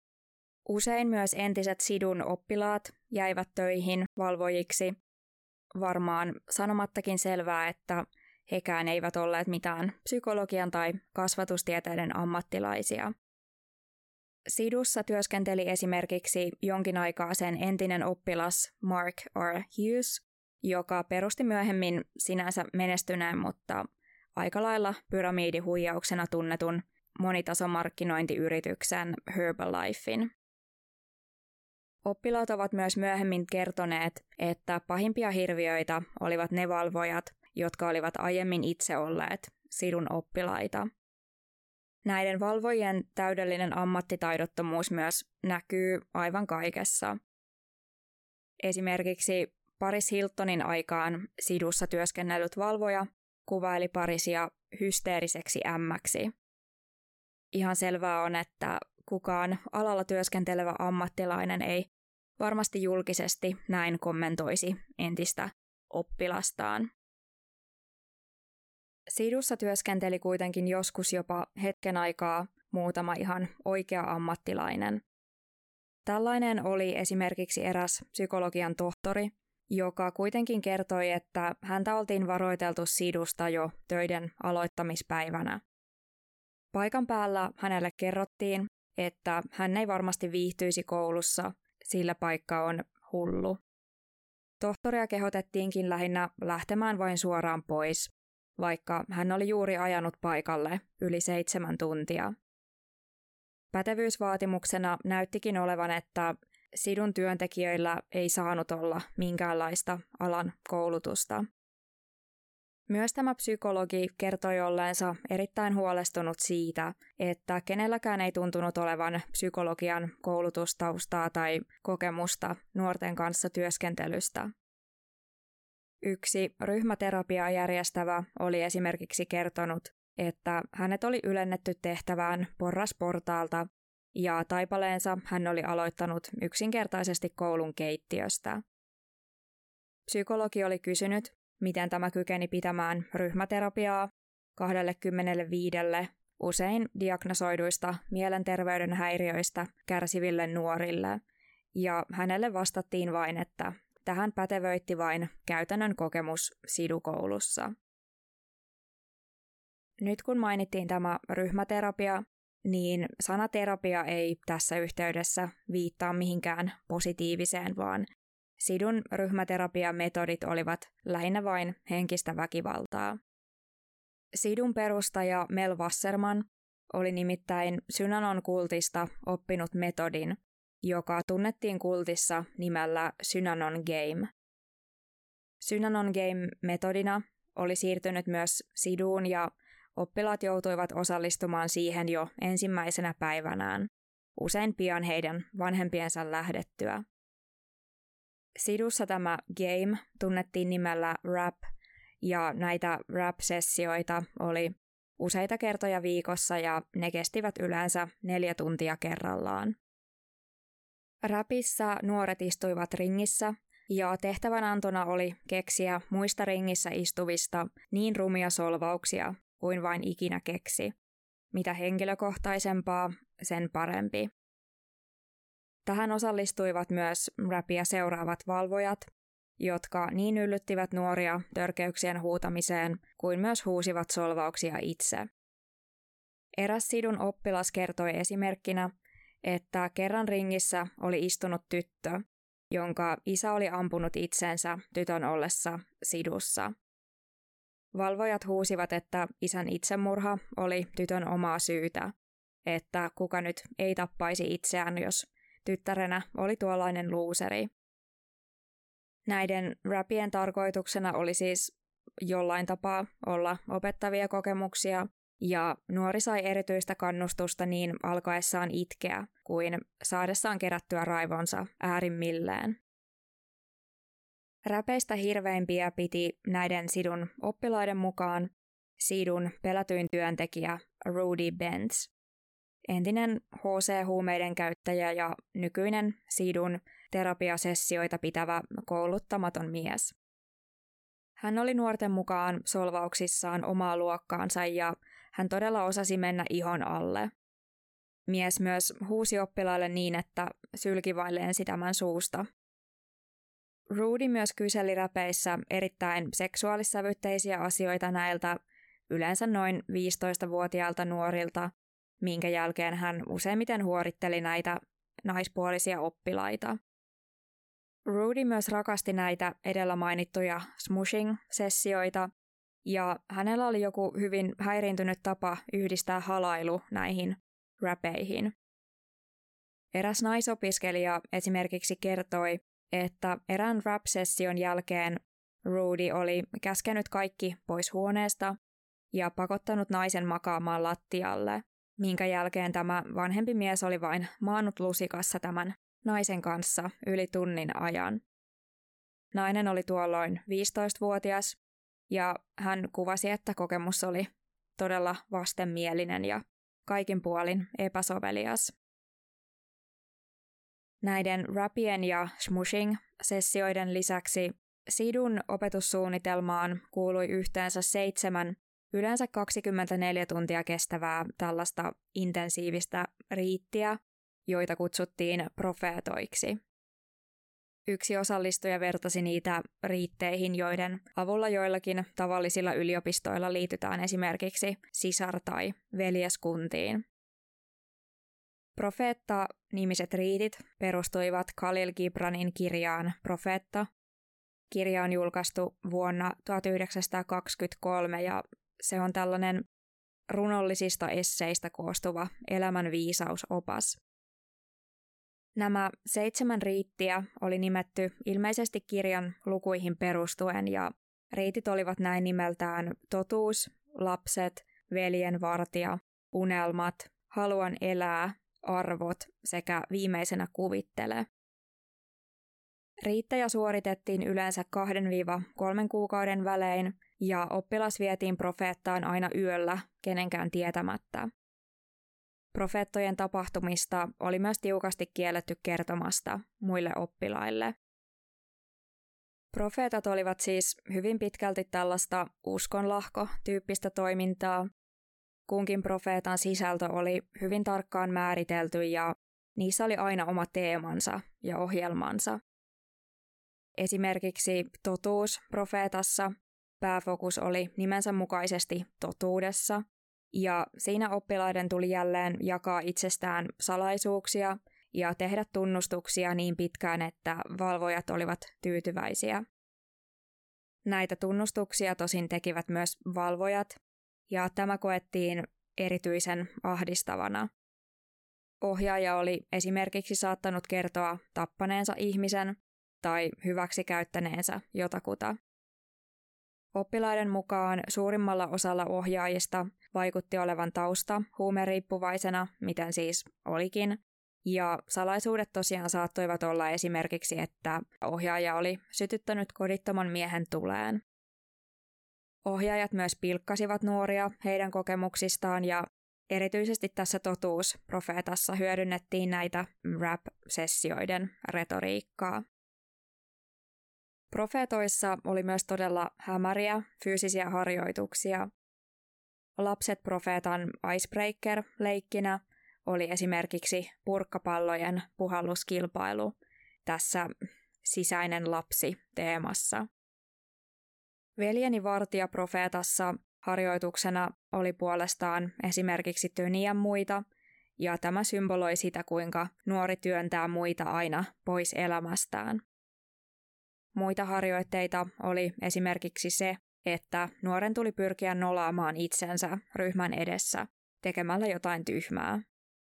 Usein myös entiset Sidun oppilaat jäivät töihin valvojiksi, varmaan sanomattakin selvää, että hekään eivät olleet mitään psykologian tai kasvatustieteiden ammattilaisia. Sidussa työskenteli esimerkiksi jonkin aikaa sen entinen oppilas Mark R. Hughes, joka perusti myöhemmin sinänsä menestyneen, mutta aika lailla pyramidihuijauksena tunnetun monitasomarkkinointiyrityksen Herbalifein. Oppilaat ovat myös myöhemmin kertoneet, että pahimpia hirviöitä olivat ne valvojat, jotka olivat aiemmin itse olleet Sidun oppilaita. Näiden valvojien täydellinen ammattitaidottomuus myös näkyy aivan kaikessa. Esimerkiksi Paris Hiltonin aikaan Sidussa työskennellyt valvoja kuvaili Parisia hysteeriseksi ämmäksi. Ihan selvää on, että kukaan alalla työskentelevä ammattilainen ei varmasti julkisesti näin kommentoisi entistä oppilastaan. Sidussa työskenteli kuitenkin joskus jopa hetken aikaa muutama ihan oikea ammattilainen. Tällainen oli esimerkiksi eräs psykologian tohtori, joka kuitenkin kertoi, että häntä oltiin varoiteltu Sidusta jo töiden aloittamispäivänä. Paikan päällä hänelle kerrottiin, että hän ei varmasti viihtyisi koulussa, sillä paikka on hullu. Tohtoria kehotettiinkin lähinnä lähtemään vain suoraan pois, vaikka hän oli juuri ajanut paikalle yli 7 tuntia. Pätevyysvaatimuksena näyttikin olevan, että Sidun työntekijöillä ei saanut olla minkäänlaista alan koulutusta. Myös tämä psykologi kertoi olleensa erittäin huolestunut siitä, että kenelläkään ei tuntunut olevan psykologian koulutustaustaa tai kokemusta nuorten kanssa työskentelystä. Yksi ryhmäterapiaa järjestävä oli esimerkiksi kertonut, että hänet oli ylennetty tehtävään porrasportaalta ja taipaleensa hän oli aloittanut yksinkertaisesti koulun keittiöstä. Psykologi oli kysynyt, miten tämä kykeni pitämään ryhmäterapiaa 25 usein diagnosoiduista mielenterveyden häiriöistä kärsiville nuorille, ja hänelle vastattiin vain, että tähän pätevöitti vain käytännön kokemus Sidukoulussa. Nyt kun mainittiin tämä ryhmäterapia, niin sana terapia ei tässä yhteydessä viittaa mihinkään positiiviseen, vaan Sidun ryhmäterapiametodit olivat lähinnä vain henkistä väkivaltaa. Sidun perustaja Mel Wasserman oli nimittäin Synanon-kultista oppinut metodin, joka tunnettiin kultissa nimellä Synanon Game. Synanon Game-metodina oli siirtynyt myös Siduun ja oppilaat joutuivat osallistumaan siihen jo ensimmäisenä päivänään, usein pian heidän vanhempiensa lähdettyä. Sidussa tämä game tunnettiin nimellä rap, ja näitä rap-sessioita oli useita kertoja viikossa ja ne kestivät yleensä 4 tuntia kerrallaan. Rapissa nuoret istuivat ringissä ja tehtävänantona oli keksiä muista ringissä istuvista niin rumia solvauksia kuin vain ikinä keksi. Mitä henkilökohtaisempaa, sen parempi. Tähän osallistuivat myös rapia seuraavat valvojat, jotka niin yllyttivät nuoria törkeyksien huutamiseen kuin myös huusivat solvauksia itse. Eräs Sidun oppilas kertoi esimerkkinä, että kerran ringissä oli istunut tyttö, jonka isä oli ampunut itsensä tytön ollessa Sidussa. Valvojat huusivat, että isän itsemurha oli tytön omaa syytä, että kuka nyt ei tappaisi itseään, jos tyttärenä oli tuollainen luuseri. Näiden rapien tarkoituksena oli siis jollain tapaa olla opettavia kokemuksia, ja nuori sai erityistä kannustusta niin alkaessaan itkeä kuin saadessaan kerättyä raivonsa äärimmilleen. Räpeistä hirveimpiä piti näiden Sidun oppilaiden mukaan Sidun pelätyin työntekijä Rudy Benz, entinen HC-huumeiden käyttäjä ja nykyinen Sidun terapiasessioita pitävä kouluttamaton mies. Hän oli nuorten mukaan solvauksissaan omaa luokkaansa ja hän todella osasi mennä ihon alle. Mies myös huusi oppilaille niin, että sylki vain lensi tämän suusta. Rudy myös kyseli räpeissä erittäin seksuaalissävytteisiä asioita näiltä yleensä noin 15-vuotiailta nuorilta, minkä jälkeen hän useimmiten huoritteli näitä naispuolisia oppilaita. Rudy myös rakasti näitä edellä mainittuja smushing-sessioita, ja hänellä oli joku hyvin häiriintynyt tapa yhdistää halailu näihin räpeihin. Eräs naisopiskelija esimerkiksi kertoi, että erään rap-session jälkeen Rudy oli käskenyt kaikki pois huoneesta ja pakottanut naisen makaamaan lattialle, minkä jälkeen tämä vanhempi mies oli vain maannut lusikassa tämän naisen kanssa yli tunnin ajan. Nainen oli tuolloin 15-vuotias ja hän kuvasi, että kokemus oli todella vastenmielinen ja kaikin puolin epäsovelias. Näiden rapien ja smushing-sessioiden lisäksi Sidun opetussuunnitelmaan kuului yhteensä 7 yleensä 24 tuntia kestävää tällaista intensiivistä riittiä, joita kutsuttiin profeetoiksi. Yksi osallistuja vertasi niitä riitteihin, joiden avulla joillakin tavallisilla yliopistoilla liitytään esimerkiksi sisar- tai veljeskuntiin. Profeetta-nimiset riitit perustuivat Khalil Gibranin kirjaan Profeetta. Kirja on julkaistu vuonna 1923 ja se on tällainen runollisista esseistä koostuva elämän viisausopas. Nämä 7 riittiä oli nimetty ilmeisesti kirjan lukuihin perustuen ja riitit olivat näin nimeltään totuus, lapset, veljen vartija, unelmat, haluan elää, arvot sekä viimeisenä kuvittele. Riittejä suoritettiin yleensä 2-3 kuukauden välein ja oppilas vietiin profeettaan aina yöllä kenenkään tietämättä. Profeettojen tapahtumista oli myös tiukasti kielletty kertomasta muille oppilaille. Profeetat olivat siis hyvin pitkälti tällaista uskonlahko-tyyppistä toimintaa. Kunkin profeetan sisältö oli hyvin tarkkaan määritelty ja niissä oli aina oma teemansa ja ohjelmansa. Esimerkiksi totuusprofeetassa pääfokus oli nimensä mukaisesti totuudessa, ja siinä oppilaiden tuli jälleen jakaa itsestään salaisuuksia ja tehdä tunnustuksia niin pitkään, että valvojat olivat tyytyväisiä. Näitä tunnustuksia tosin tekivät myös valvojat, ja tämä koettiin erityisen ahdistavana. Ohjaaja oli esimerkiksi saattanut kertoa tappaneensa ihmisen tai hyväksikäyttäneensä jotakuta. Oppilaiden mukaan suurimmalla osalla ohjaajista vaikutti olevan tausta huumeriippuvaisena, miten siis olikin, ja salaisuudet tosiaan saattoivat olla esimerkiksi, että ohjaaja oli sytyttänyt kodittoman miehen tuleen. Ohjaajat myös pilkkasivat nuoria heidän kokemuksistaan ja erityisesti tässä totuusprofeetassa hyödynnettiin näitä rap-sessioiden retoriikkaa. Profeetoissa oli myös todella hämäriä fyysisiä harjoituksia. Lapset profeetan icebreaker-leikkinä oli esimerkiksi purkkapallojen puhalluskilpailu tässä sisäinen lapsi -teemassa. Veljeni vartija profeetassa harjoituksena oli puolestaan esimerkiksi töniä muita, ja tämä symboloi sitä, kuinka nuori työntää muita aina pois elämästään. Muita harjoitteita oli esimerkiksi se, että nuoren tuli pyrkiä nolaamaan itsensä ryhmän edessä tekemällä jotain tyhmää.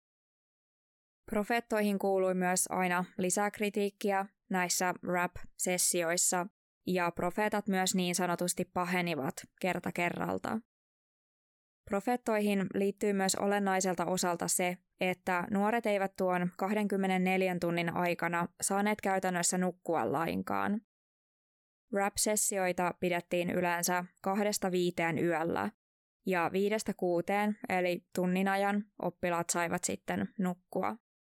Profeettoihin kuului myös aina lisää kritiikkiä näissä rap-sessioissa, ja profeetat myös niin sanotusti pahenivat kerta kerralta. Profeettoihin liittyy myös olennaiselta osalta se, että nuoret eivät tuon 24 tunnin aikana saaneet käytännössä nukkua lainkaan. Rap-sessioita pidettiin yleensä 2-5 yöllä, ja 5-6 eli tunnin ajan oppilaat saivat sitten nukkua.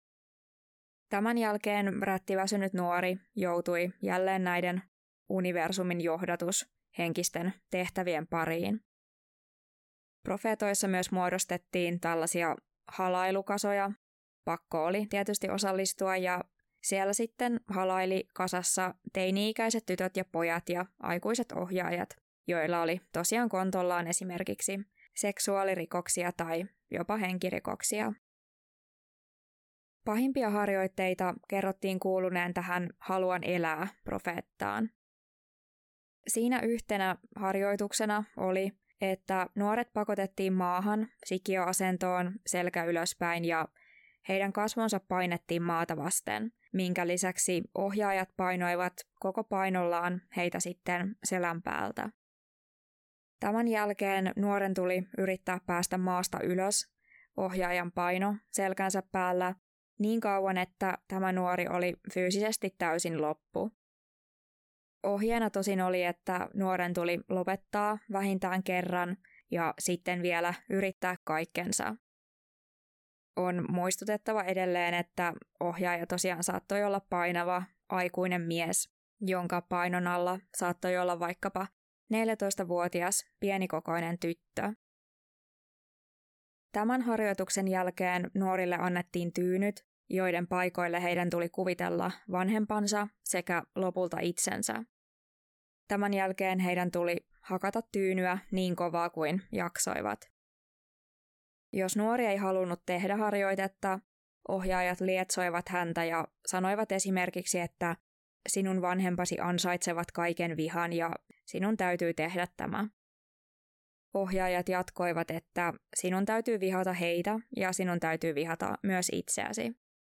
Tämän jälkeen rättiväsynyt nuori joutui jälleen näiden universumin henkisten tehtävien pariin. Profeetoissa myös muodostettiin tällaisia halailukasoja. Pakko oli tietysti osallistua ja siellä sitten halaili kasassa teini-ikäiset tytöt ja pojat ja aikuiset ohjaajat, joilla oli tosiaan kontollaan esimerkiksi seksuaalirikoksia tai jopa henkirikoksia. Pahimpia harjoitteita kerrottiin kuuluneen tähän haluan elää -profeettaan. Siinä yhtenä harjoituksena oli, että nuoret pakotettiin maahan sikiöasentoon selkä ylöspäin ja heidän kasvonsa painettiin maata vasten, minkä lisäksi ohjaajat painoivat koko painollaan heitä sitten selän päältä. Tämän jälkeen nuoren tuli yrittää päästä maasta ylös ohjaajan paino selkänsä päällä niin kauan, että tämä nuori oli fyysisesti täysin loppu. Ohjeena tosin oli, että nuoren tuli lopettaa vähintään kerran ja sitten vielä yrittää kaikkensa. On muistutettava edelleen, että ohjaaja tosiaan saattoi olla painava aikuinen mies, jonka painon alla saattoi olla vaikkapa 14-vuotias pienikokoinen tyttö. Tämän harjoituksen jälkeen nuorille annettiin tyynyt, joiden paikoille heidän tuli kuvitella vanhempansa sekä lopulta itsensä. Tämän jälkeen heidän tuli hakata tyynyä niin kovaa kuin jaksoivat. Jos nuori ei halunnut tehdä harjoitetta, ohjaajat lietsoivat häntä ja sanoivat esimerkiksi, että sinun vanhempasi ansaitsevat kaiken vihan ja sinun täytyy tehdä tämä. Ohjaajat jatkoivat, että sinun täytyy vihata heitä ja sinun täytyy vihata myös itseäsi.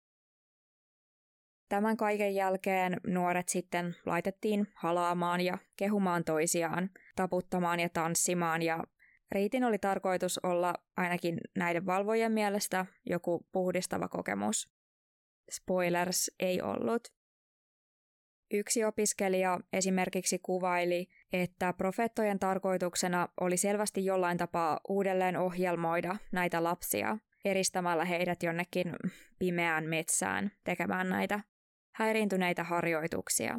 Tämän kaiken jälkeen nuoret sitten laitettiin halaamaan ja kehumaan toisiaan, taputtamaan ja tanssimaan ja riitin oli tarkoitus olla ainakin näiden valvojien mielestä joku puhdistava kokemus. Spoilers, ei ollut. Yksi opiskelija esimerkiksi kuvaili, että profeettojen tarkoituksena oli selvästi jollain tapaa uudelleen ohjelmoida näitä lapsia, eristämällä heidät jonnekin pimeään metsään tekemään näitä häiriintyneitä harjoituksia.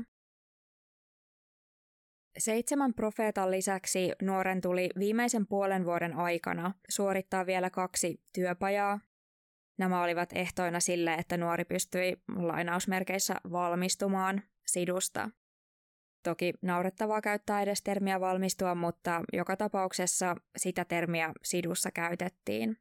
7 profeetan lisäksi nuoren tuli viimeisen puolen vuoden aikana suorittaa vielä 2 työpajaa. Nämä olivat ehtoina sille, että nuori pystyi lainausmerkeissä valmistumaan sidusta. Toki naurettavaa käyttää edes termiä valmistua, mutta joka tapauksessa sitä termiä sidussa käytettiin.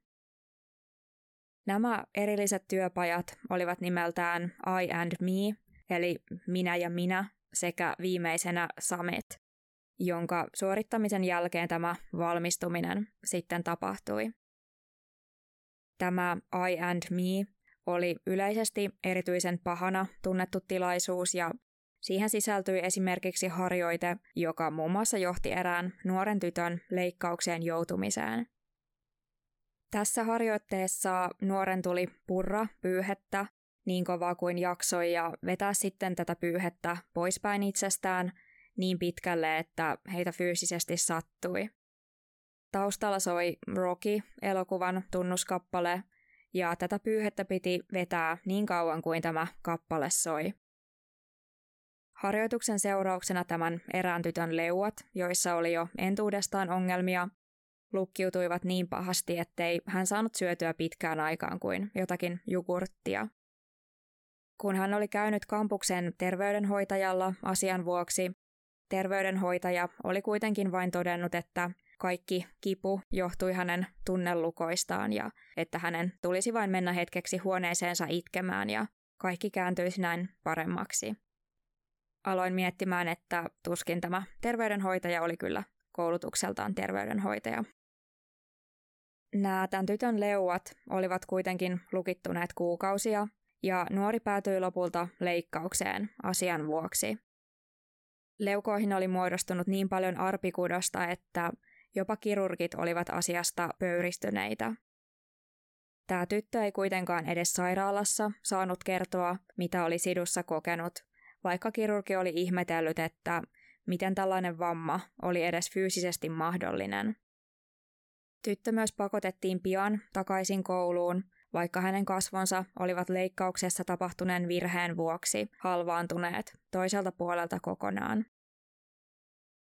Nämä erilliset työpajat olivat nimeltään I and Me, eli minä ja minä, sekä viimeisenä Summit, jonka suorittamisen jälkeen tämä valmistuminen sitten tapahtui. Tämä I and Me oli yleisesti erityisen pahana tunnettu tilaisuus ja siihen sisältyi esimerkiksi harjoite, joka muun muassa johti erään nuoren tytön leikkaukseen joutumiseen. Tässä harjoitteessa nuoren tuli purra pyyhettä niin kovaa kuin jaksoi ja vetää sitten tätä pyyhettä poispäin itsestään niin pitkälle, että heitä fyysisesti sattui. Taustalla soi Rocky-elokuvan tunnuskappale ja tätä pyyhettä piti vetää niin kauan kuin tämä kappale soi. Harjoituksen seurauksena tämän erään tytön leuat, joissa oli jo entuudestaan ongelmia, lukkiutuivat niin pahasti, ettei hän saanut syötyä pitkään aikaan kuin jotakin jogurttia. Kun hän oli käynyt kampuksen terveydenhoitajalla asian vuoksi, terveydenhoitaja oli kuitenkin vain todennut, että kaikki kipu johtui hänen tunnelukoistaan ja että hänen tulisi vain mennä hetkeksi huoneeseensa itkemään ja kaikki kääntyisi näin paremmaksi. Aloin miettimään, että tuskin tämä terveydenhoitaja oli kyllä koulutukseltaan terveydenhoitaja. Nämä tämän tytön leuat olivat kuitenkin lukittuneet kuukausia ja nuori päätyi lopulta leikkaukseen asian vuoksi. Leukoihin oli muodostunut niin paljon arpikudosta, että jopa kirurgit olivat asiasta pöyristyneitä. Tämä tyttö ei kuitenkaan edes sairaalassa saanut kertoa, mitä oli sidussa kokenut, vaikka kirurgi oli ihmetellyt, että miten tällainen vamma oli edes fyysisesti mahdollinen. Tyttö myös pakotettiin pian takaisin kouluun, vaikka hänen kasvonsa olivat leikkauksessa tapahtuneen virheen vuoksi halvaantuneet toiselta puolelta kokonaan.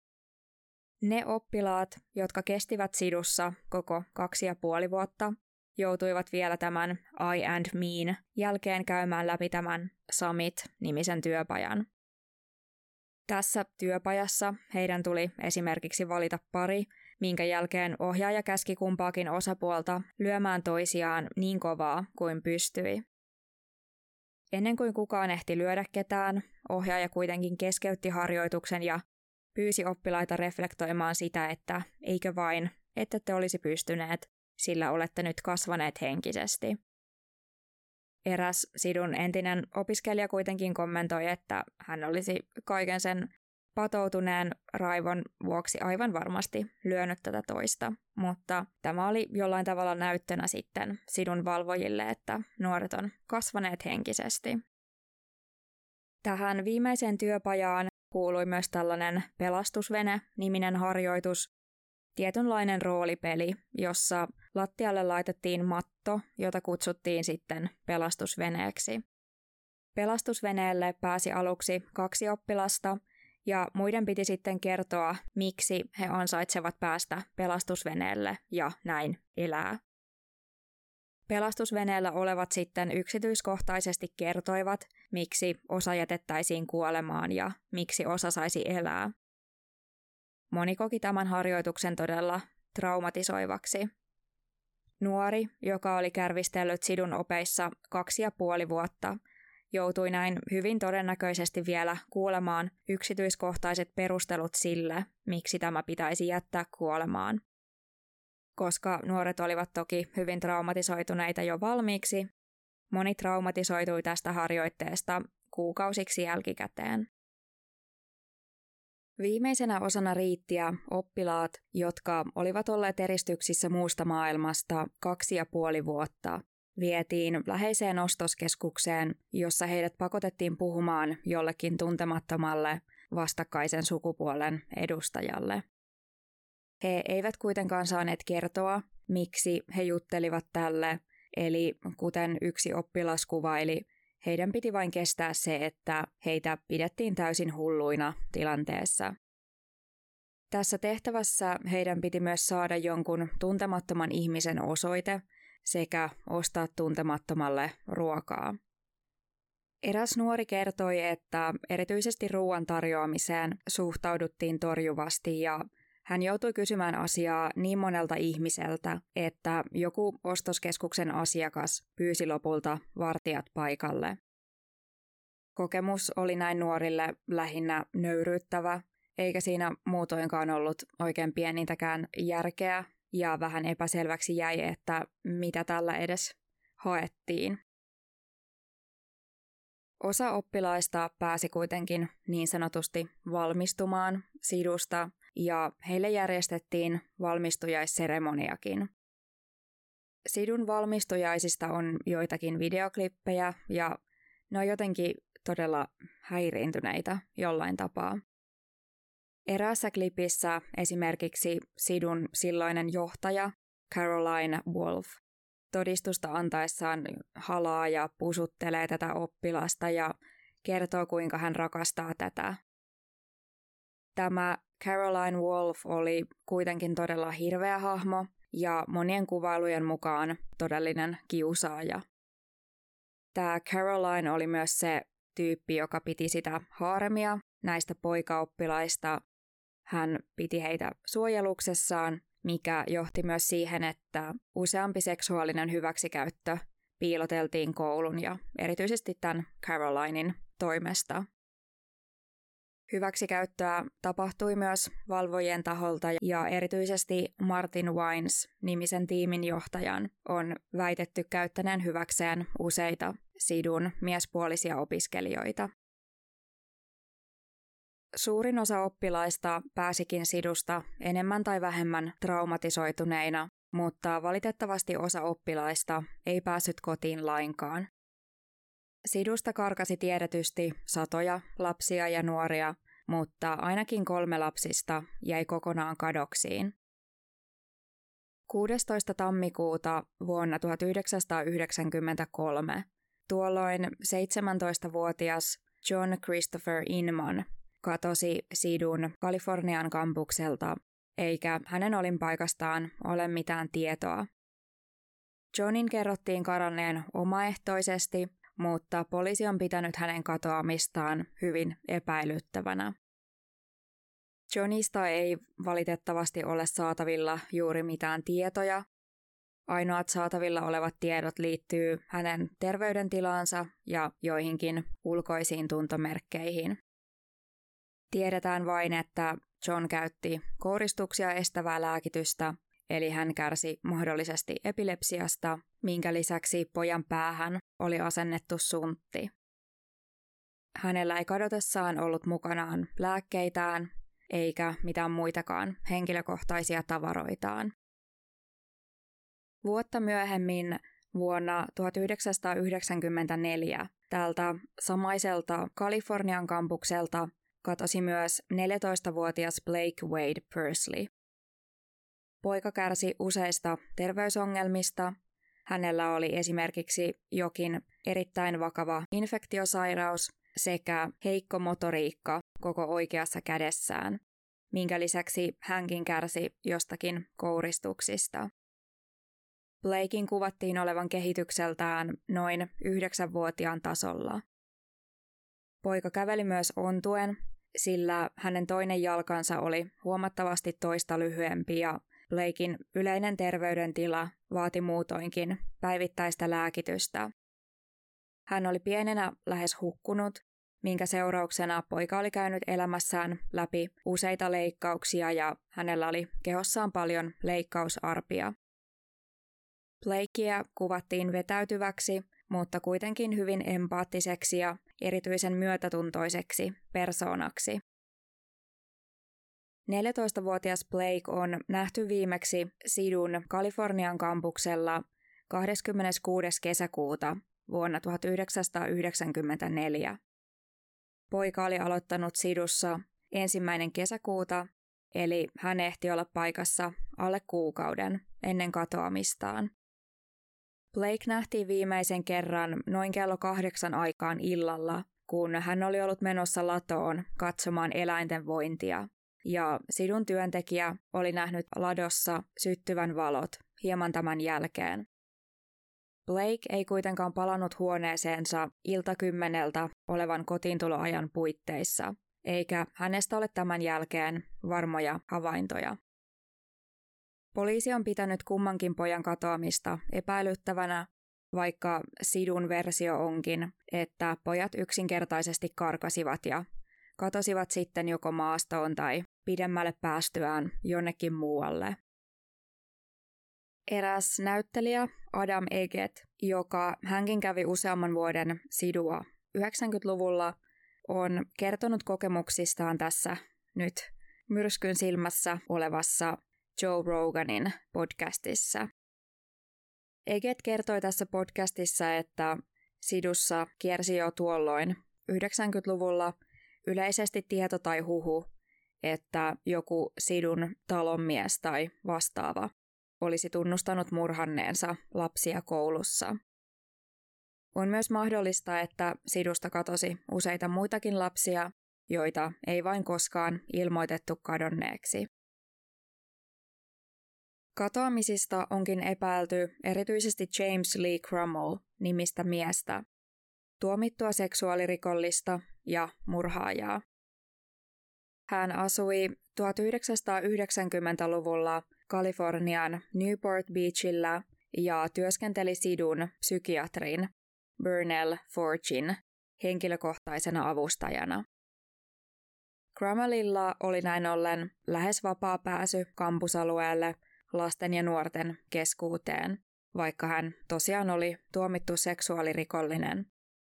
Ne oppilaat, jotka kestivät sidussa koko 2,5 vuotta, joutuivat vielä tämän I and Mean jälkeen käymään läpi tämän Summit-nimisen työpajan. Tässä työpajassa heidän tuli esimerkiksi valita pari, minkä jälkeen ohjaaja käski kumpaakin osapuolta lyömään toisiaan niin kovaa kuin pystyi. Ennen kuin kukaan ehti lyödä ketään, ohjaaja kuitenkin keskeytti harjoituksen ja pyysi oppilaita reflektoimaan sitä, että eikö vain, että te olisi pystyneet, sillä olette nyt kasvaneet henkisesti. Eräs Sidun entinen opiskelija kuitenkin kommentoi, että hän olisi kaiken sen patoutuneen raivon vuoksi aivan varmasti lyönyt tätä toista, mutta tämä oli jollain tavalla näyttönä sitten Sidun valvojille, että nuoret on kasvaneet henkisesti. Tähän viimeiseen työpajaan kuului myös tällainen pelastusvene-niminen harjoitus, tietynlainen roolipeli, jossa lattialle laitettiin matto, jota kutsuttiin sitten pelastusveneeksi. Pelastusveneelle pääsi aluksi 2 oppilasta, ja muiden piti sitten kertoa, miksi he ansaitsevat päästä pelastusveneelle ja näin elää. Pelastusveneellä olevat sitten yksityiskohtaisesti kertoivat, miksi osa jätettäisiin kuolemaan ja miksi osa saisi elää. Moni koki tämän harjoituksen todella traumatisoivaksi. Nuori, joka oli kärvistellyt Sidun opeissa 2,5 vuotta, joutui näin hyvin todennäköisesti vielä kuulemaan yksityiskohtaiset perustelut sille, miksi tämä pitäisi jättää kuolemaan. Koska nuoret olivat toki hyvin traumatisoituneita jo valmiiksi, moni traumatisoitui tästä harjoitteesta kuukausiksi jälkikäteen. Viimeisenä osana riittiä oppilaat, jotka olivat olleet eristyksissä muusta maailmasta 2,5 vuotta, vietiin läheiseen ostoskeskukseen, jossa heidät pakotettiin puhumaan jollekin tuntemattomalle vastakkaisen sukupuolen edustajalle. He eivät kuitenkaan saaneet kertoa, miksi he juttelivat tälle, eli kuten yksi oppilas kuvaili, heidän piti vain kestää se, että heitä pidettiin täysin hulluina tilanteessa. Tässä tehtävässä heidän piti myös saada jonkun tuntemattoman ihmisen osoite sekä ostaa tuntemattomalle ruokaa. Eräs nuori kertoi, että erityisesti ruoan tarjoamiseen suhtauduttiin torjuvasti ja hän joutui kysymään asiaa niin monelta ihmiseltä, että joku ostoskeskuksen asiakas pyysi lopulta vartijat paikalle. Kokemus oli näin nuorille lähinnä nöyryyttävä, eikä siinä muutoinkaan ollut oikein pienintäkään järkeä, ja vähän epäselväksi jäi, että mitä tällä edes haettiin. Osa oppilaista pääsi kuitenkin niin sanotusti valmistumaan Sidusta, ja heille järjestettiin valmistujaisseremoniakin. Sidun valmistujaisista on joitakin videoklippejä, ja ne on jotenkin todella häiriintyneitä jollain tapaa. Eräässä klipissä esimerkiksi Sidun silloinen johtaja Caroline Wolf todistusta antaessaan halaa ja pusuttelee tätä oppilasta ja kertoo, kuinka hän rakastaa tätä. Tämä Caroline Wolf oli kuitenkin todella hirveä hahmo ja monien kuvailujen mukaan todellinen kiusaaja. Tämä Caroline oli myös se tyyppi, joka piti sitä haaremia näistä poikaoppilaista. Hän piti heitä suojeluksessaan, mikä johti myös siihen, että useampi seksuaalinen hyväksikäyttö piiloteltiin koulun ja erityisesti tämän Carolinin toimesta. Hyväksikäyttöä tapahtui myös valvojien taholta ja erityisesti Martin Wines-nimisen tiimin johtajan on väitetty käyttäneen hyväkseen useita Sidun miespuolisia opiskelijoita. Suurin osa oppilaista pääsikin Sidusta enemmän tai vähemmän traumatisoituneina, mutta valitettavasti osa oppilaista ei päässyt kotiin lainkaan. Sidusta karkasi tiedetysti satoja lapsia ja nuoria, mutta ainakin 3 lapsista jäi kokonaan kadoksiin. 16. tammikuuta vuonna 1993 tuolloin 17-vuotias John Christopher Inman katosi Sidun Kalifornian kampukselta, eikä hänen olinpaikastaan ole mitään tietoa. Johnin kerrottiin karanneen omaehtoisesti, mutta poliisi on pitänyt hänen katoamistaan hyvin epäilyttävänä. Johnista ei valitettavasti ole saatavilla juuri mitään tietoja. Ainoat saatavilla olevat tiedot liittyy hänen terveydentilaansa ja joihinkin ulkoisiin tuntomerkkeihin. Tiedetään vain, että John käytti kouristuksia estävää lääkitystä, eli hän kärsi mahdollisesti epilepsiasta, minkä lisäksi pojan päähän oli asennettu suntti. Hänellä ei kadotessaan ollut mukanaan lääkkeitään, eikä mitään muitakaan henkilökohtaisia tavaroitaan. Vuotta myöhemmin, vuonna 1994, tältä samaiselta Kalifornian kampukselta katosi myös 14-vuotias Blake Wade Pursley. Poika kärsi useista terveysongelmista. Hänellä oli esimerkiksi jokin erittäin vakava infektiosairaus sekä heikko motoriikka koko oikeassa kädessään, minkä lisäksi hänkin kärsi jostakin kouristuksista. Blaken kuvattiin olevan kehitykseltään noin 9-vuotiaan tasolla. Poika käveli myös ontuen, sillä hänen toinen jalkansa oli huomattavasti toista lyhyempi ja Blaken yleinen terveydentila vaati muutoinkin päivittäistä lääkitystä. Hän oli pienenä lähes hukkunut, minkä seurauksena poika oli käynyt elämässään läpi useita leikkauksia ja hänellä oli kehossaan paljon leikkausarpia. Blakea kuvattiin vetäytyväksi, mutta kuitenkin hyvin empaattiseksi ja erityisen myötätuntoiseksi persoonaksi. 14-vuotias Blake on nähty viimeksi Sidun Kalifornian kampuksella 26. kesäkuuta vuonna 1994. Poika oli aloittanut Sidussa 1. kesäkuuta, eli hän ehti olla paikassa alle kuukauden ennen katoamistaan. Blake nähtiin viimeisen kerran noin kello 8 aikaan illalla, kun hän oli ollut menossa latoon katsomaan eläinten vointia, ja Sidun työntekijä oli nähnyt ladossa syttyvän valot hieman tämän jälkeen. Blake ei kuitenkaan palannut huoneeseensa ilta 10 olevan kotiintuloajan puitteissa, eikä hänestä ole tämän jälkeen varmoja havaintoja. Poliisi on pitänyt kummankin pojan katoamista epäilyttävänä, vaikka Sidun versio onkin, että pojat yksinkertaisesti karkasivat ja katosivat sitten joko maastoon tai pidemmälle päästyään jonnekin muualle. Eräs näyttelijä Adam Eggett, joka hänkin kävi useamman vuoden Sidua 90-luvulla, on kertonut kokemuksistaan tässä nyt myrskyn silmässä olevassa Joe Roganin podcastissa. Eggett kertoi tässä podcastissa, että Sidussa kiersi jo tuolloin 90-luvulla yleisesti tieto tai huhu, että joku Sidun talonmies tai vastaava olisi tunnustanut murhanneensa lapsia koulussa. On myös mahdollista, että Sidusta katosi useita muitakin lapsia, joita ei vain koskaan ilmoitettu kadonneeksi. Katoamisista onkin epäilty erityisesti James Lee Crummell nimistä miestä, tuomittua seksuaalirikollista ja murhaajaa. Hän asui 1990-luvulla Kalifornian Newport Beachillä ja työskenteli Sidun psykiatrin Burnell Forgin henkilökohtaisena avustajana. Crummellilla oli näin ollen lähes vapaa pääsy kampusalueelle lasten ja nuorten keskuuteen, vaikka hän tosiaan oli tuomittu seksuaalirikollinen.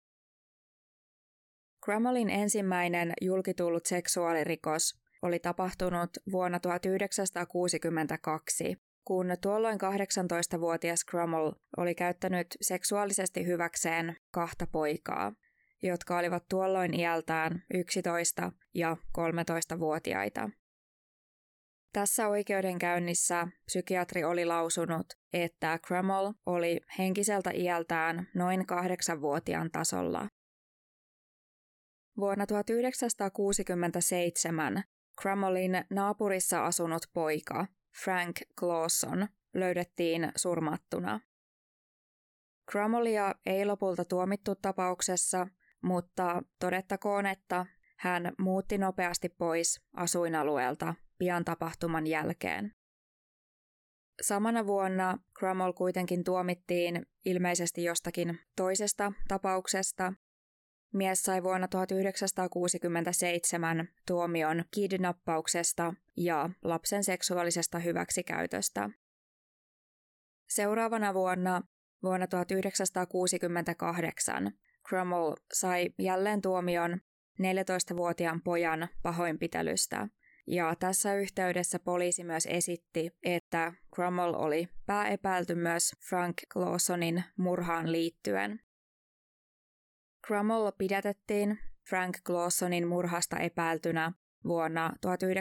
Crummellin ensimmäinen julkitullut seksuaalirikos oli tapahtunut vuonna 1962, kun tuolloin 18-vuotias Crummell oli käyttänyt seksuaalisesti hyväkseen 2 poikaa, jotka olivat tuolloin iältään 11- ja 13-vuotiaita. Tässä oikeudenkäynnissä psykiatri oli lausunut, että Crummell oli henkiseltä iältään noin 8-vuotiaan tasolla. Vuonna 1967 Crummellin naapurissa asunut poika Frank Clawson löydettiin surmattuna. Crummleya ei lopulta tuomittu tapauksessa, mutta todettakoon, että hän muutti nopeasti pois asuinalueelta pian tapahtuman jälkeen. Samana vuonna Crummell kuitenkin tuomittiin ilmeisesti jostakin toisesta tapauksesta. Mies sai vuonna 1967 tuomion kidnappauksesta ja lapsen seksuaalisesta hyväksikäytöstä. Seuraavana vuonna 1968, Crummell sai jälleen tuomion 14-vuotiaan pojan pahoinpitelystä, ja tässä yhteydessä poliisi myös esitti, että Crummell oli pääepäilty myös Frank Clawsonin murhaan liittyen. Crummell pidätettiin Frank Clawsonin murhasta epäiltynä vuonna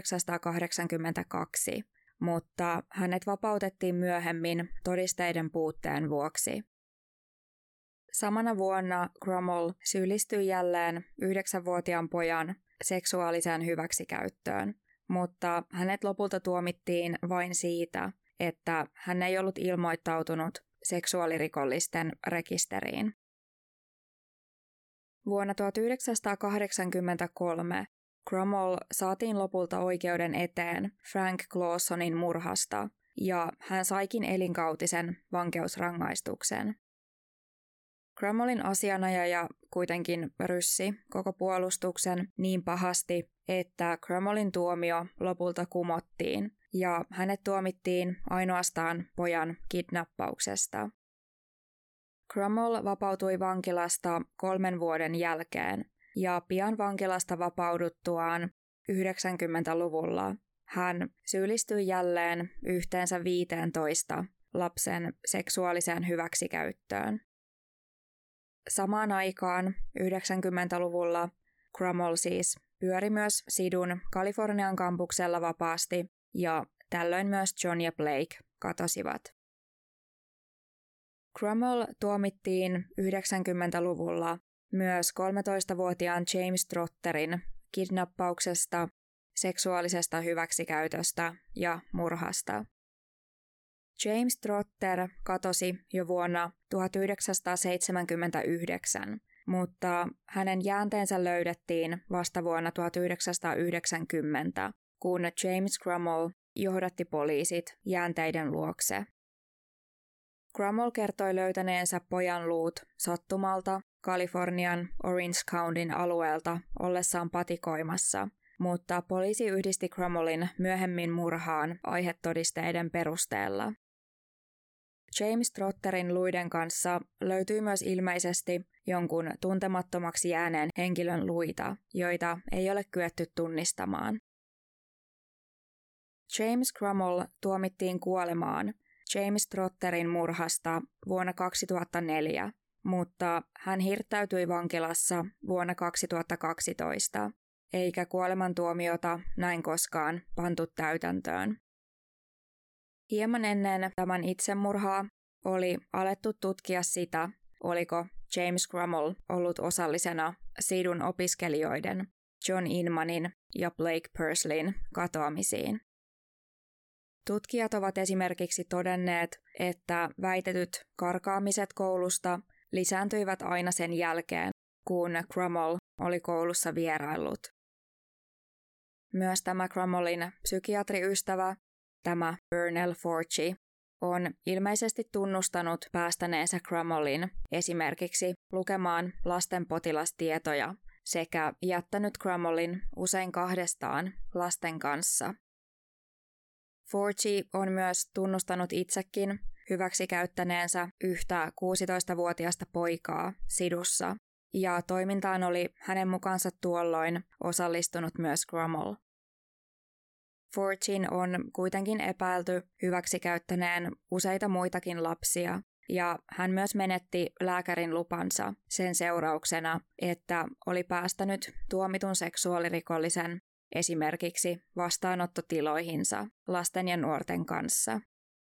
1982, mutta hänet vapautettiin myöhemmin todisteiden puutteen vuoksi. Samana vuonna Crummell syyllistyi jälleen 9-vuotiaan pojan seksuaaliseen hyväksikäyttöön, mutta hänet lopulta tuomittiin vain siitä, että hän ei ollut ilmoittautunut seksuaalirikollisten rekisteriin. Vuonna 1983 Crummell saatiin lopulta oikeuden eteen Frank Clawsonin murhasta, ja hän saikin elinkautisen vankeusrangaistuksen. Crummellin asianajaja kuitenkin ryssi koko puolustuksen niin pahasti, että Crummellin tuomio lopulta kumottiin, ja hänet tuomittiin ainoastaan pojan kidnappauksesta. Crummell vapautui vankilasta 3 vuoden jälkeen, ja pian vankilasta vapauduttuaan 90-luvulla hän syyllistyi jälleen yhteensä 15 lapsen seksuaaliseen hyväksikäyttöön. Samaan aikaan 90-luvulla Crummell siis pyöri myös Sidun Kalifornian kampuksella vapaasti, ja tällöin myös John ja Blake katosivat. Crummell tuomittiin 90-luvulla myös 13-vuotiaan James Trotterin kidnappauksesta, seksuaalisesta hyväksikäytöstä ja murhasta. James Trotter katosi jo vuonna 1979, mutta hänen jäänteensä löydettiin vasta vuonna 1990, kun James Crummell johdatti poliisit jäänteiden luokse. Crummell kertoi löytäneensä pojan luut sattumalta Kalifornian Orange Countyn alueelta ollessaan patikoimassa, mutta poliisi yhdisti Crummellin myöhemmin murhaan aihetodisteiden perusteella. James Trotterin luiden kanssa löytyi myös ilmeisesti jonkun tuntemattomaksi jääneen henkilön luita, joita ei ole kyetty tunnistamaan. James Crummell tuomittiin kuolemaan James Trotterin murhasta vuonna 2004, mutta hän hirttäytyi vankilassa vuonna 2012, eikä kuolemantuomiota näin koskaan pantu täytäntöön. Hieman ennen tämän itsemurhaa oli alettu tutkia sitä, oliko James Crummell ollut osallisena Sidun opiskelijoiden John Inmanin ja Blake Pursleyn katoamisiin. Tutkijat ovat esimerkiksi todenneet, että väitetyt karkaamiset koulusta lisääntyivät aina sen jälkeen, kun Crummell oli koulussa vieraillut. Myös tämä Crummellin psykiatriystävä, tämä Bernell Forchi, on ilmeisesti tunnustanut päästäneensä Crummellin esimerkiksi lukemaan lasten potilastietoja sekä jättänyt Crummellin usein kahdestaan lasten kanssa. Forchi on myös tunnustanut itsekin hyväksikäyttäneensä yhtä 16-vuotiasta poikaa Sidussa, ja toimintaan oli hänen mukaansa tuolloin osallistunut myös Crummell. Forchin on kuitenkin epäilty hyväksikäyttäneen useita muitakin lapsia, ja hän myös menetti lääkärin lupansa sen seurauksena, että oli päästänyt tuomitun seksuaalirikollisen esimerkiksi vastaanottotiloihinsa lasten ja nuorten kanssa.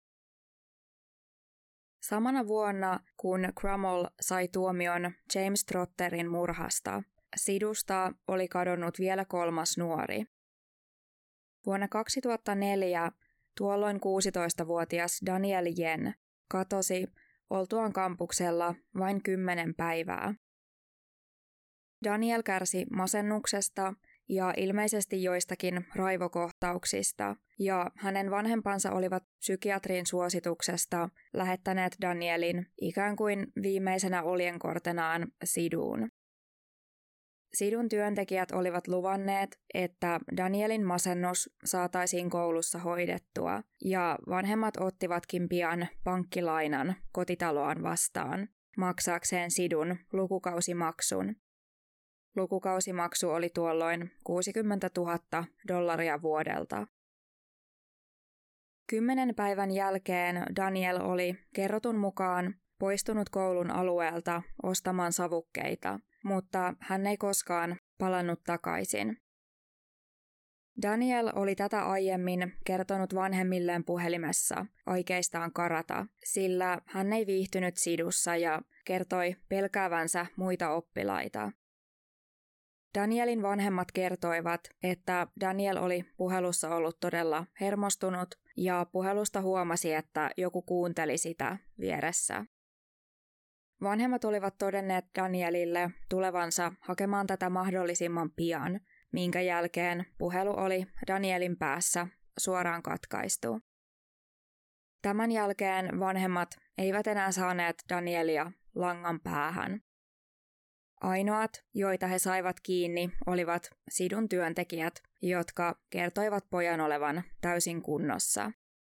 Samana vuonna, kun Crummell sai tuomion James Trotterin murhasta, Sidusta oli kadonnut vielä 3. nuori. Vuonna 2004 tuolloin 16-vuotias Daniel Yen katosi oltuaan kampuksella vain 10 päivää. Daniel kärsi masennuksesta ja ilmeisesti joistakin raivokohtauksista, ja hänen vanhempansa olivat psykiatrin suosituksesta lähettäneet Danielin ikään kuin viimeisenä oljenkortenaan Siduun. Sidun työntekijät olivat luvanneet, että Danielin masennus saataisiin koulussa hoidettua, ja vanhemmat ottivatkin pian pankkilainan kotitaloaan vastaan, maksaakseen Sidun lukukausimaksun. Lukukausimaksu oli tuolloin $60,000 vuodelta. 10 päivän jälkeen Daniel oli kerrotun mukaan poistunut koulun alueelta ostamaan savukkeita, mutta hän ei koskaan palannut takaisin. Daniel oli tätä aiemmin kertonut vanhemmilleen puhelimessa aikeistaan karata, sillä hän ei viihtynyt Sidussa ja kertoi pelkäävänsä muita oppilaita. Danielin vanhemmat kertoivat, että Daniel oli puhelussa ollut todella hermostunut ja puhelusta huomasi, että joku kuunteli sitä vieressä. Vanhemmat olivat todenneet Danielille tulevansa hakemaan tätä mahdollisimman pian, minkä jälkeen puhelu oli Danielin päässä suoraan katkaistu. Tämän jälkeen vanhemmat eivät enää saaneet Danielia langan päähän. Ainoat, joita he saivat kiinni, olivat Sidun työntekijät, jotka kertoivat pojan olevan täysin kunnossa.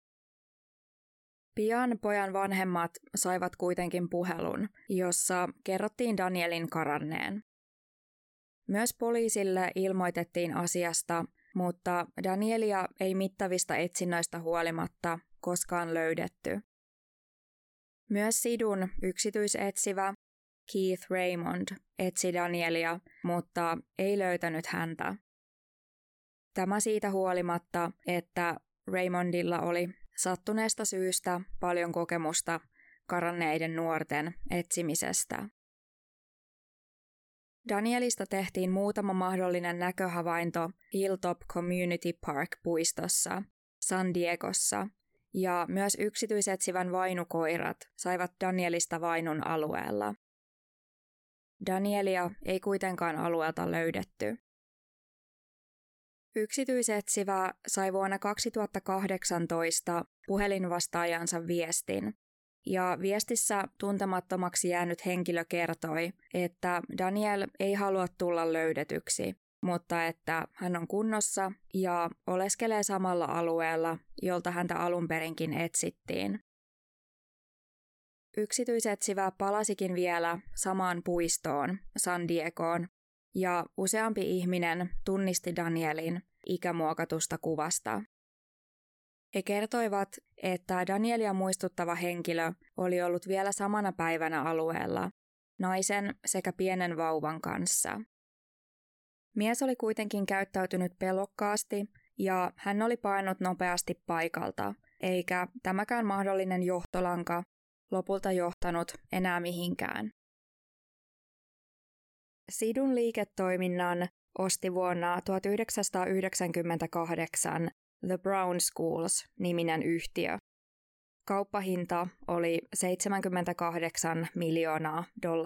Pian pojan vanhemmat saivat kuitenkin puhelun, jossa kerrottiin Danielin karanneen. Myös poliisille ilmoitettiin asiasta, mutta Danielia ei mittavista etsinnöistä huolimatta koskaan löydetty. Myös Sidun yksityisetsivä Keith Raymond etsi Danielia, mutta ei löytänyt häntä. Tämä siitä huolimatta, että Raymondilla oli sattuneesta syystä paljon kokemusta karanneiden nuorten etsimisestä. Danielista tehtiin muutama mahdollinen näköhavainto Hilltop Community Park-puistossa San Diegossa, ja myös yksityisetsivän vainukoirat saivat Danielista vainun alueella. Danielia ei kuitenkaan alueelta löydetty. Yksityisetsivä sai vuonna 2018 puhelinvastaajansa viestin, ja viestissä tuntemattomaksi jäänyt henkilö kertoi, että Daniel ei halua tulla löydetyksi, mutta että hän on kunnossa ja oleskelee samalla alueella, jolta häntä alun perinkin etsittiin. Yksityisetsivä palasikin vielä samaan puistoon, San Diegoon, ja useampi ihminen tunnisti Danielin ikämuokatusta kuvasta. He kertoivat, että Danielia muistuttava henkilö oli ollut vielä samana päivänä alueella, naisen sekä pienen vauvan kanssa. Mies oli kuitenkin käyttäytynyt pelokkaasti ja hän oli paennut nopeasti paikalta, eikä tämäkään mahdollinen johtolanka lopulta johtanut enää mihinkään. Sidun liiketoiminnan osti vuonna 1998 The Brown Schools-niminen yhtiö. Kauppahinta oli $78 miljoonaa.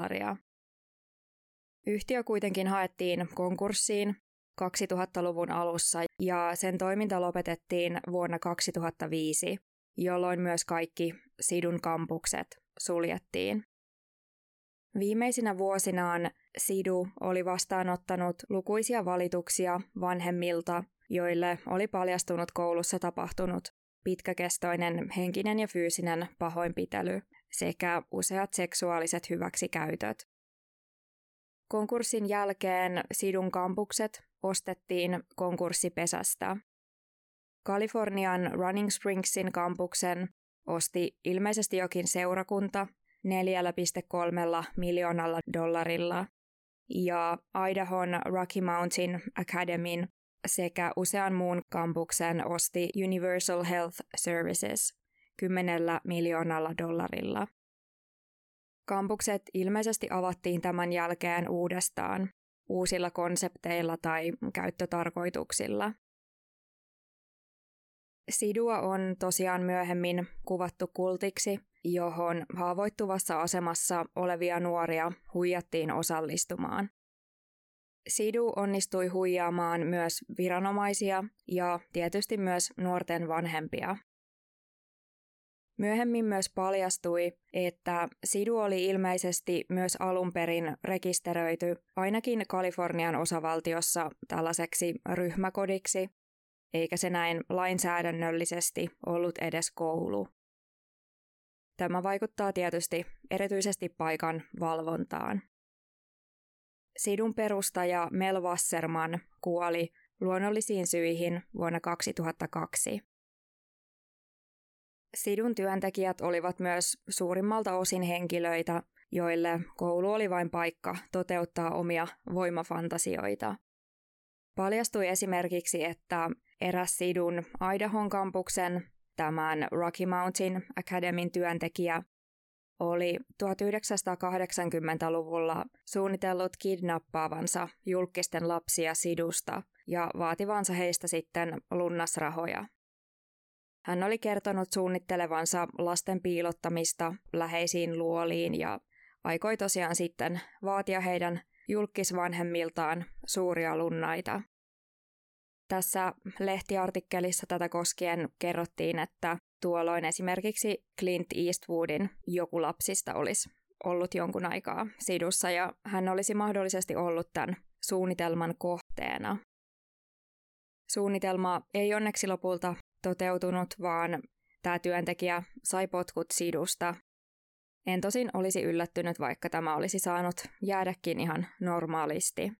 Yhtiö kuitenkin haettiin konkurssiin 2000-luvun alussa ja sen toiminta lopetettiin vuonna 2005, jolloin myös kaikki Sidun kampukset suljettiin. Viimeisinä vuosinaan Sidu oli vastaanottanut lukuisia valituksia vanhemmilta, joille oli paljastunut koulussa tapahtunut pitkäkestoinen henkinen ja fyysinen pahoinpitely sekä useat seksuaaliset hyväksikäytöt. Konkurssin jälkeen Sidun kampukset ostettiin konkurssipesästä. Kalifornian Running Springsin kampuksen osti ilmeisesti jokin seurakunta $4.3 miljoonalla ja Idahon Rocky Mountain Academyn sekä usean muun kampuksen osti Universal Health Services $10 miljoonalla. Kampukset ilmeisesti avattiin tämän jälkeen uudestaan, uusilla konsepteilla tai käyttötarkoituksilla. Sidua on tosiaan myöhemmin kuvattu kultiksi, johon haavoittuvassa asemassa olevia nuoria huijattiin osallistumaan. Sidu onnistui huijaamaan myös viranomaisia ja tietysti myös nuorten vanhempia. Myöhemmin myös paljastui, että Sidu oli ilmeisesti myös alun perin rekisteröity ainakin Kalifornian osavaltiossa tällaiseksi ryhmäkodiksi, eikä se näin lainsäädännöllisesti ollut edes koulu. Tämä vaikuttaa tietysti erityisesti paikan valvontaan. Sidun perustaja Mel Wasserman kuoli luonnollisiin syihin vuonna 2002. Sidun työntekijät olivat myös suurimmalta osin henkilöitä, joille koulu oli vain paikka toteuttaa omia voimafantasioita. Paljastui esimerkiksi, että eräs Sidun Idahon kampuksen, tämän Rocky Mountain Academyn työntekijä, oli 1980-luvulla suunnitellut kidnappaavansa julkisten lapsia Sidusta ja vaativansa heistä sitten lunnasrahoja. Hän oli kertonut suunnittelevansa lasten piilottamista läheisiin luoliin ja aikoi tosiaan sitten vaatia heidän julkkisvanhemmiltaan suuria lunnaita. Tässä lehtiartikkelissa tätä koskien kerrottiin, että tuolloin esimerkiksi Clint Eastwoodin joku lapsista olisi ollut jonkun aikaa Sidussa ja hän olisi mahdollisesti ollut tämän suunnitelman kohteena. Suunnitelma ei onneksi lopulta toteutunut, vaan tämä työntekijä sai potkut Sidusta. En tosin olisi yllättynyt, vaikka tämä olisi saanut jäädäkin ihan normaalisti.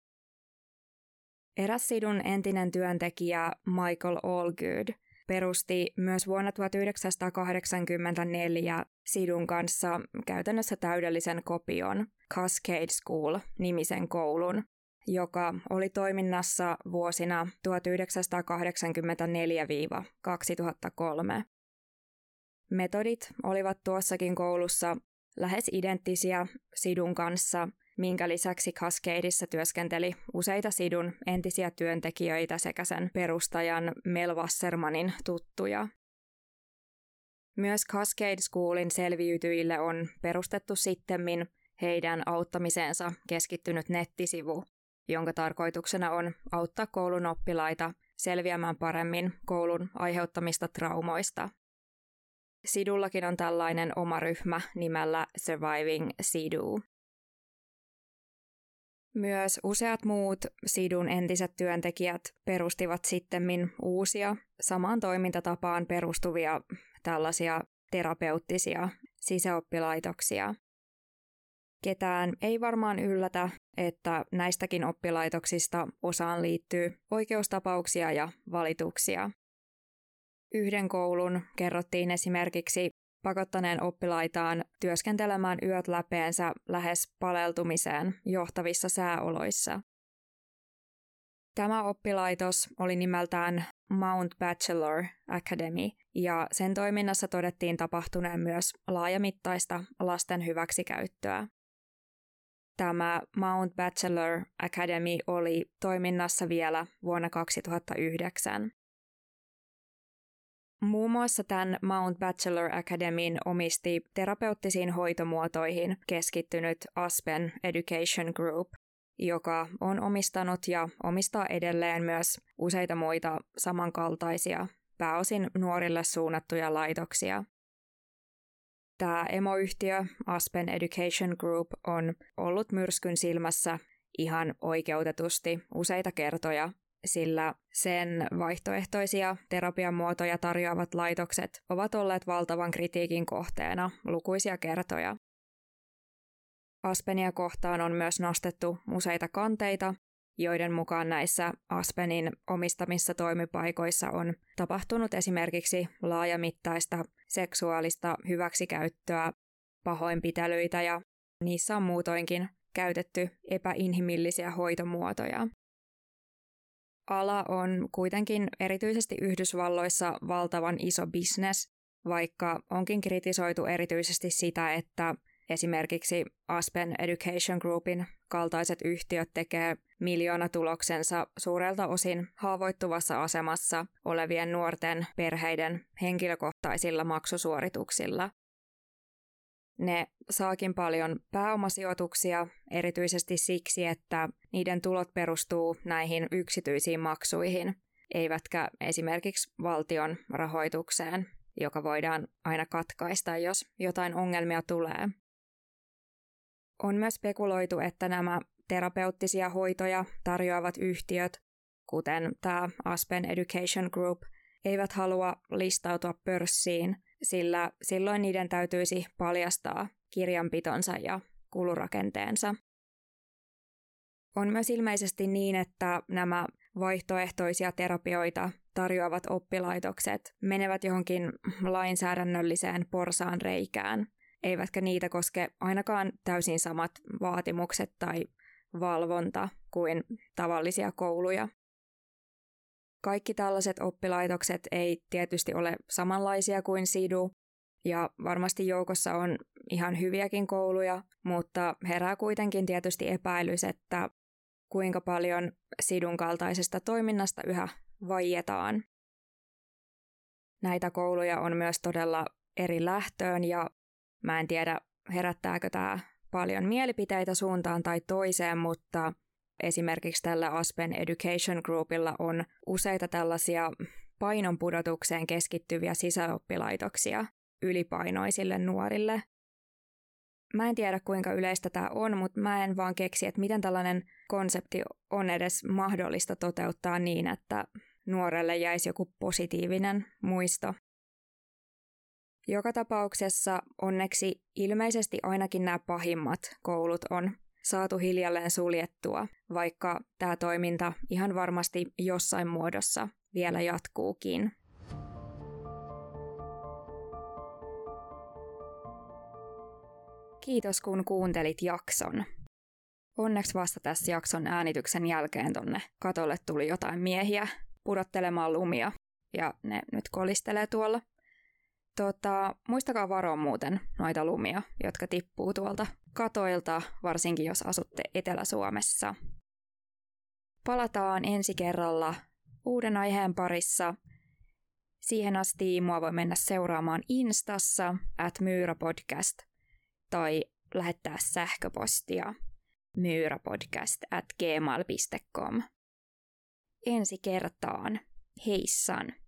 Eräs Sidun entinen työntekijä Michael Allgood perusti myös vuonna 1984 Sidun kanssa käytännössä täydellisen kopion Cascade School-nimisen koulun, joka oli toiminnassa vuosina 1984–2003. Metodit olivat tuossakin koulussa lähes identtisiä Sidun kanssa, minkä lisäksi Cascadeissa työskenteli useita Sidun entisiä työntekijöitä sekä sen perustajan Mel Wassermanin tuttuja. Myös Cascade Schoolin selviytyjille on perustettu sittemmin heidän auttamiseensa keskittynyt nettisivu, jonka tarkoituksena on auttaa koulun oppilaita selviämään paremmin koulun aiheuttamista traumoista. Sidullakin on tällainen oma ryhmä nimellä Surviving Sidu. Myös useat muut Sidun entiset työntekijät perustivat sittemmin uusia, samaan toimintatapaan perustuvia tällaisia terapeuttisia sisäoppilaitoksia. Ketään ei varmaan yllätä, että näistäkin oppilaitoksista osaan liittyy oikeustapauksia ja valituksia. Yhden koulun kerrottiin esimerkiksi pakottaneen oppilaitaan työskentelemään yöt läpeensä lähes paleltumiseen johtavissa sääoloissa. Tämä oppilaitos oli nimeltään Mount Bachelor Academy, ja sen toiminnassa todettiin tapahtuneen myös laajamittaista lasten hyväksikäyttöä. Tämä Mount Bachelor Academy oli toiminnassa vielä vuonna 2009. Muun muassa tämän Mount Bachelor Academyn omisti terapeuttisiin hoitomuotoihin keskittynyt Aspen Education Group, joka on omistanut ja omistaa edelleen myös useita muita samankaltaisia, pääosin nuorille suunnattuja laitoksia. Tämä emoyhtiö Aspen Education Group on ollut myrskyn silmässä ihan oikeutetusti useita kertoja, sillä sen vaihtoehtoisia terapiamuotoja tarjoavat laitokset ovat olleet valtavan kritiikin kohteena lukuisia kertoja. Aspenia kohtaan on myös nostettu useita kanteita, joiden mukaan näissä Aspenin omistamissa toimipaikoissa on tapahtunut esimerkiksi laajamittaista seksuaalista hyväksikäyttöä, pahoinpitelyitä ja niissä on muutoinkin käytetty epäinhimillisiä hoitomuotoja. Ala on kuitenkin erityisesti Yhdysvalloissa valtavan iso bisnes, vaikka onkin kritisoitu erityisesti sitä, että esimerkiksi Aspen Education Groupin kaltaiset yhtiöt tekee miljoonatuloksensa suurelta osin haavoittuvassa asemassa olevien nuorten perheiden henkilökohtaisilla maksusuorituksilla. Ne saakin paljon pääomasijoituksia, erityisesti siksi, että niiden tulot perustuu näihin yksityisiin maksuihin, eivätkä esimerkiksi valtion rahoitukseen, joka voidaan aina katkaista, jos jotain ongelmia tulee. On myös spekuloitu, että nämä terapeuttisia hoitoja tarjoavat yhtiöt, kuten tämä Aspen Education Group, eivät halua listautua pörssiin, sillä silloin niiden täytyisi paljastaa kirjanpitonsa ja kulurakenteensa. On myös ilmeisesti niin, että nämä vaihtoehtoisia terapioita tarjoavat oppilaitokset menevät johonkin lainsäädännölliseen porsaanreikään, eivätkä niitä koske ainakaan täysin samat vaatimukset tai valvonta kuin tavallisia kouluja. Kaikki tällaiset oppilaitokset ei tietysti ole samanlaisia kuin SIDU, ja varmasti joukossa on ihan hyviäkin kouluja, mutta herää kuitenkin tietysti epäilys, että kuinka paljon SIDUn kaltaisesta toiminnasta yhä vaietaan. Näitä kouluja on myös todella eri lähtöön, ja mä en tiedä, herättääkö tämä paljon mielipiteitä suuntaan tai toiseen, mutta esimerkiksi tällä Aspen Education Groupilla on useita tällaisia painonpudotukseen keskittyviä sisäoppilaitoksia ylipainoisille nuorille. Mä en tiedä, kuinka yleistä tämä on, mutta mä en vaan keksi, että miten tällainen konsepti on edes mahdollista toteuttaa niin, että nuorelle jäisi joku positiivinen muisto. Joka tapauksessa onneksi ilmeisesti ainakin nämä pahimmat koulut on saatu hiljalleen suljettua, vaikka tämä toiminta ihan varmasti jossain muodossa vielä jatkuukin. Kiitos kun kuuntelit jakson. Onneksi vasta tässä jakson äänityksen jälkeen tonne katolle tuli jotain miehiä pudottelemaan lumia ja ne nyt kolistelee tuolla. Muistakaa varoa muuten noita lumia, jotka tippuu tuolta katoilta, varsinkin jos asutte Etelä-Suomessa. Palataan ensi kerralla uuden aiheen parissa. Siihen asti mua voi mennä seuraamaan Instassa @myyräpodcast tai lähettää sähköpostia myyräpodcast@gmail.com. Ensi kertaan. Heissan!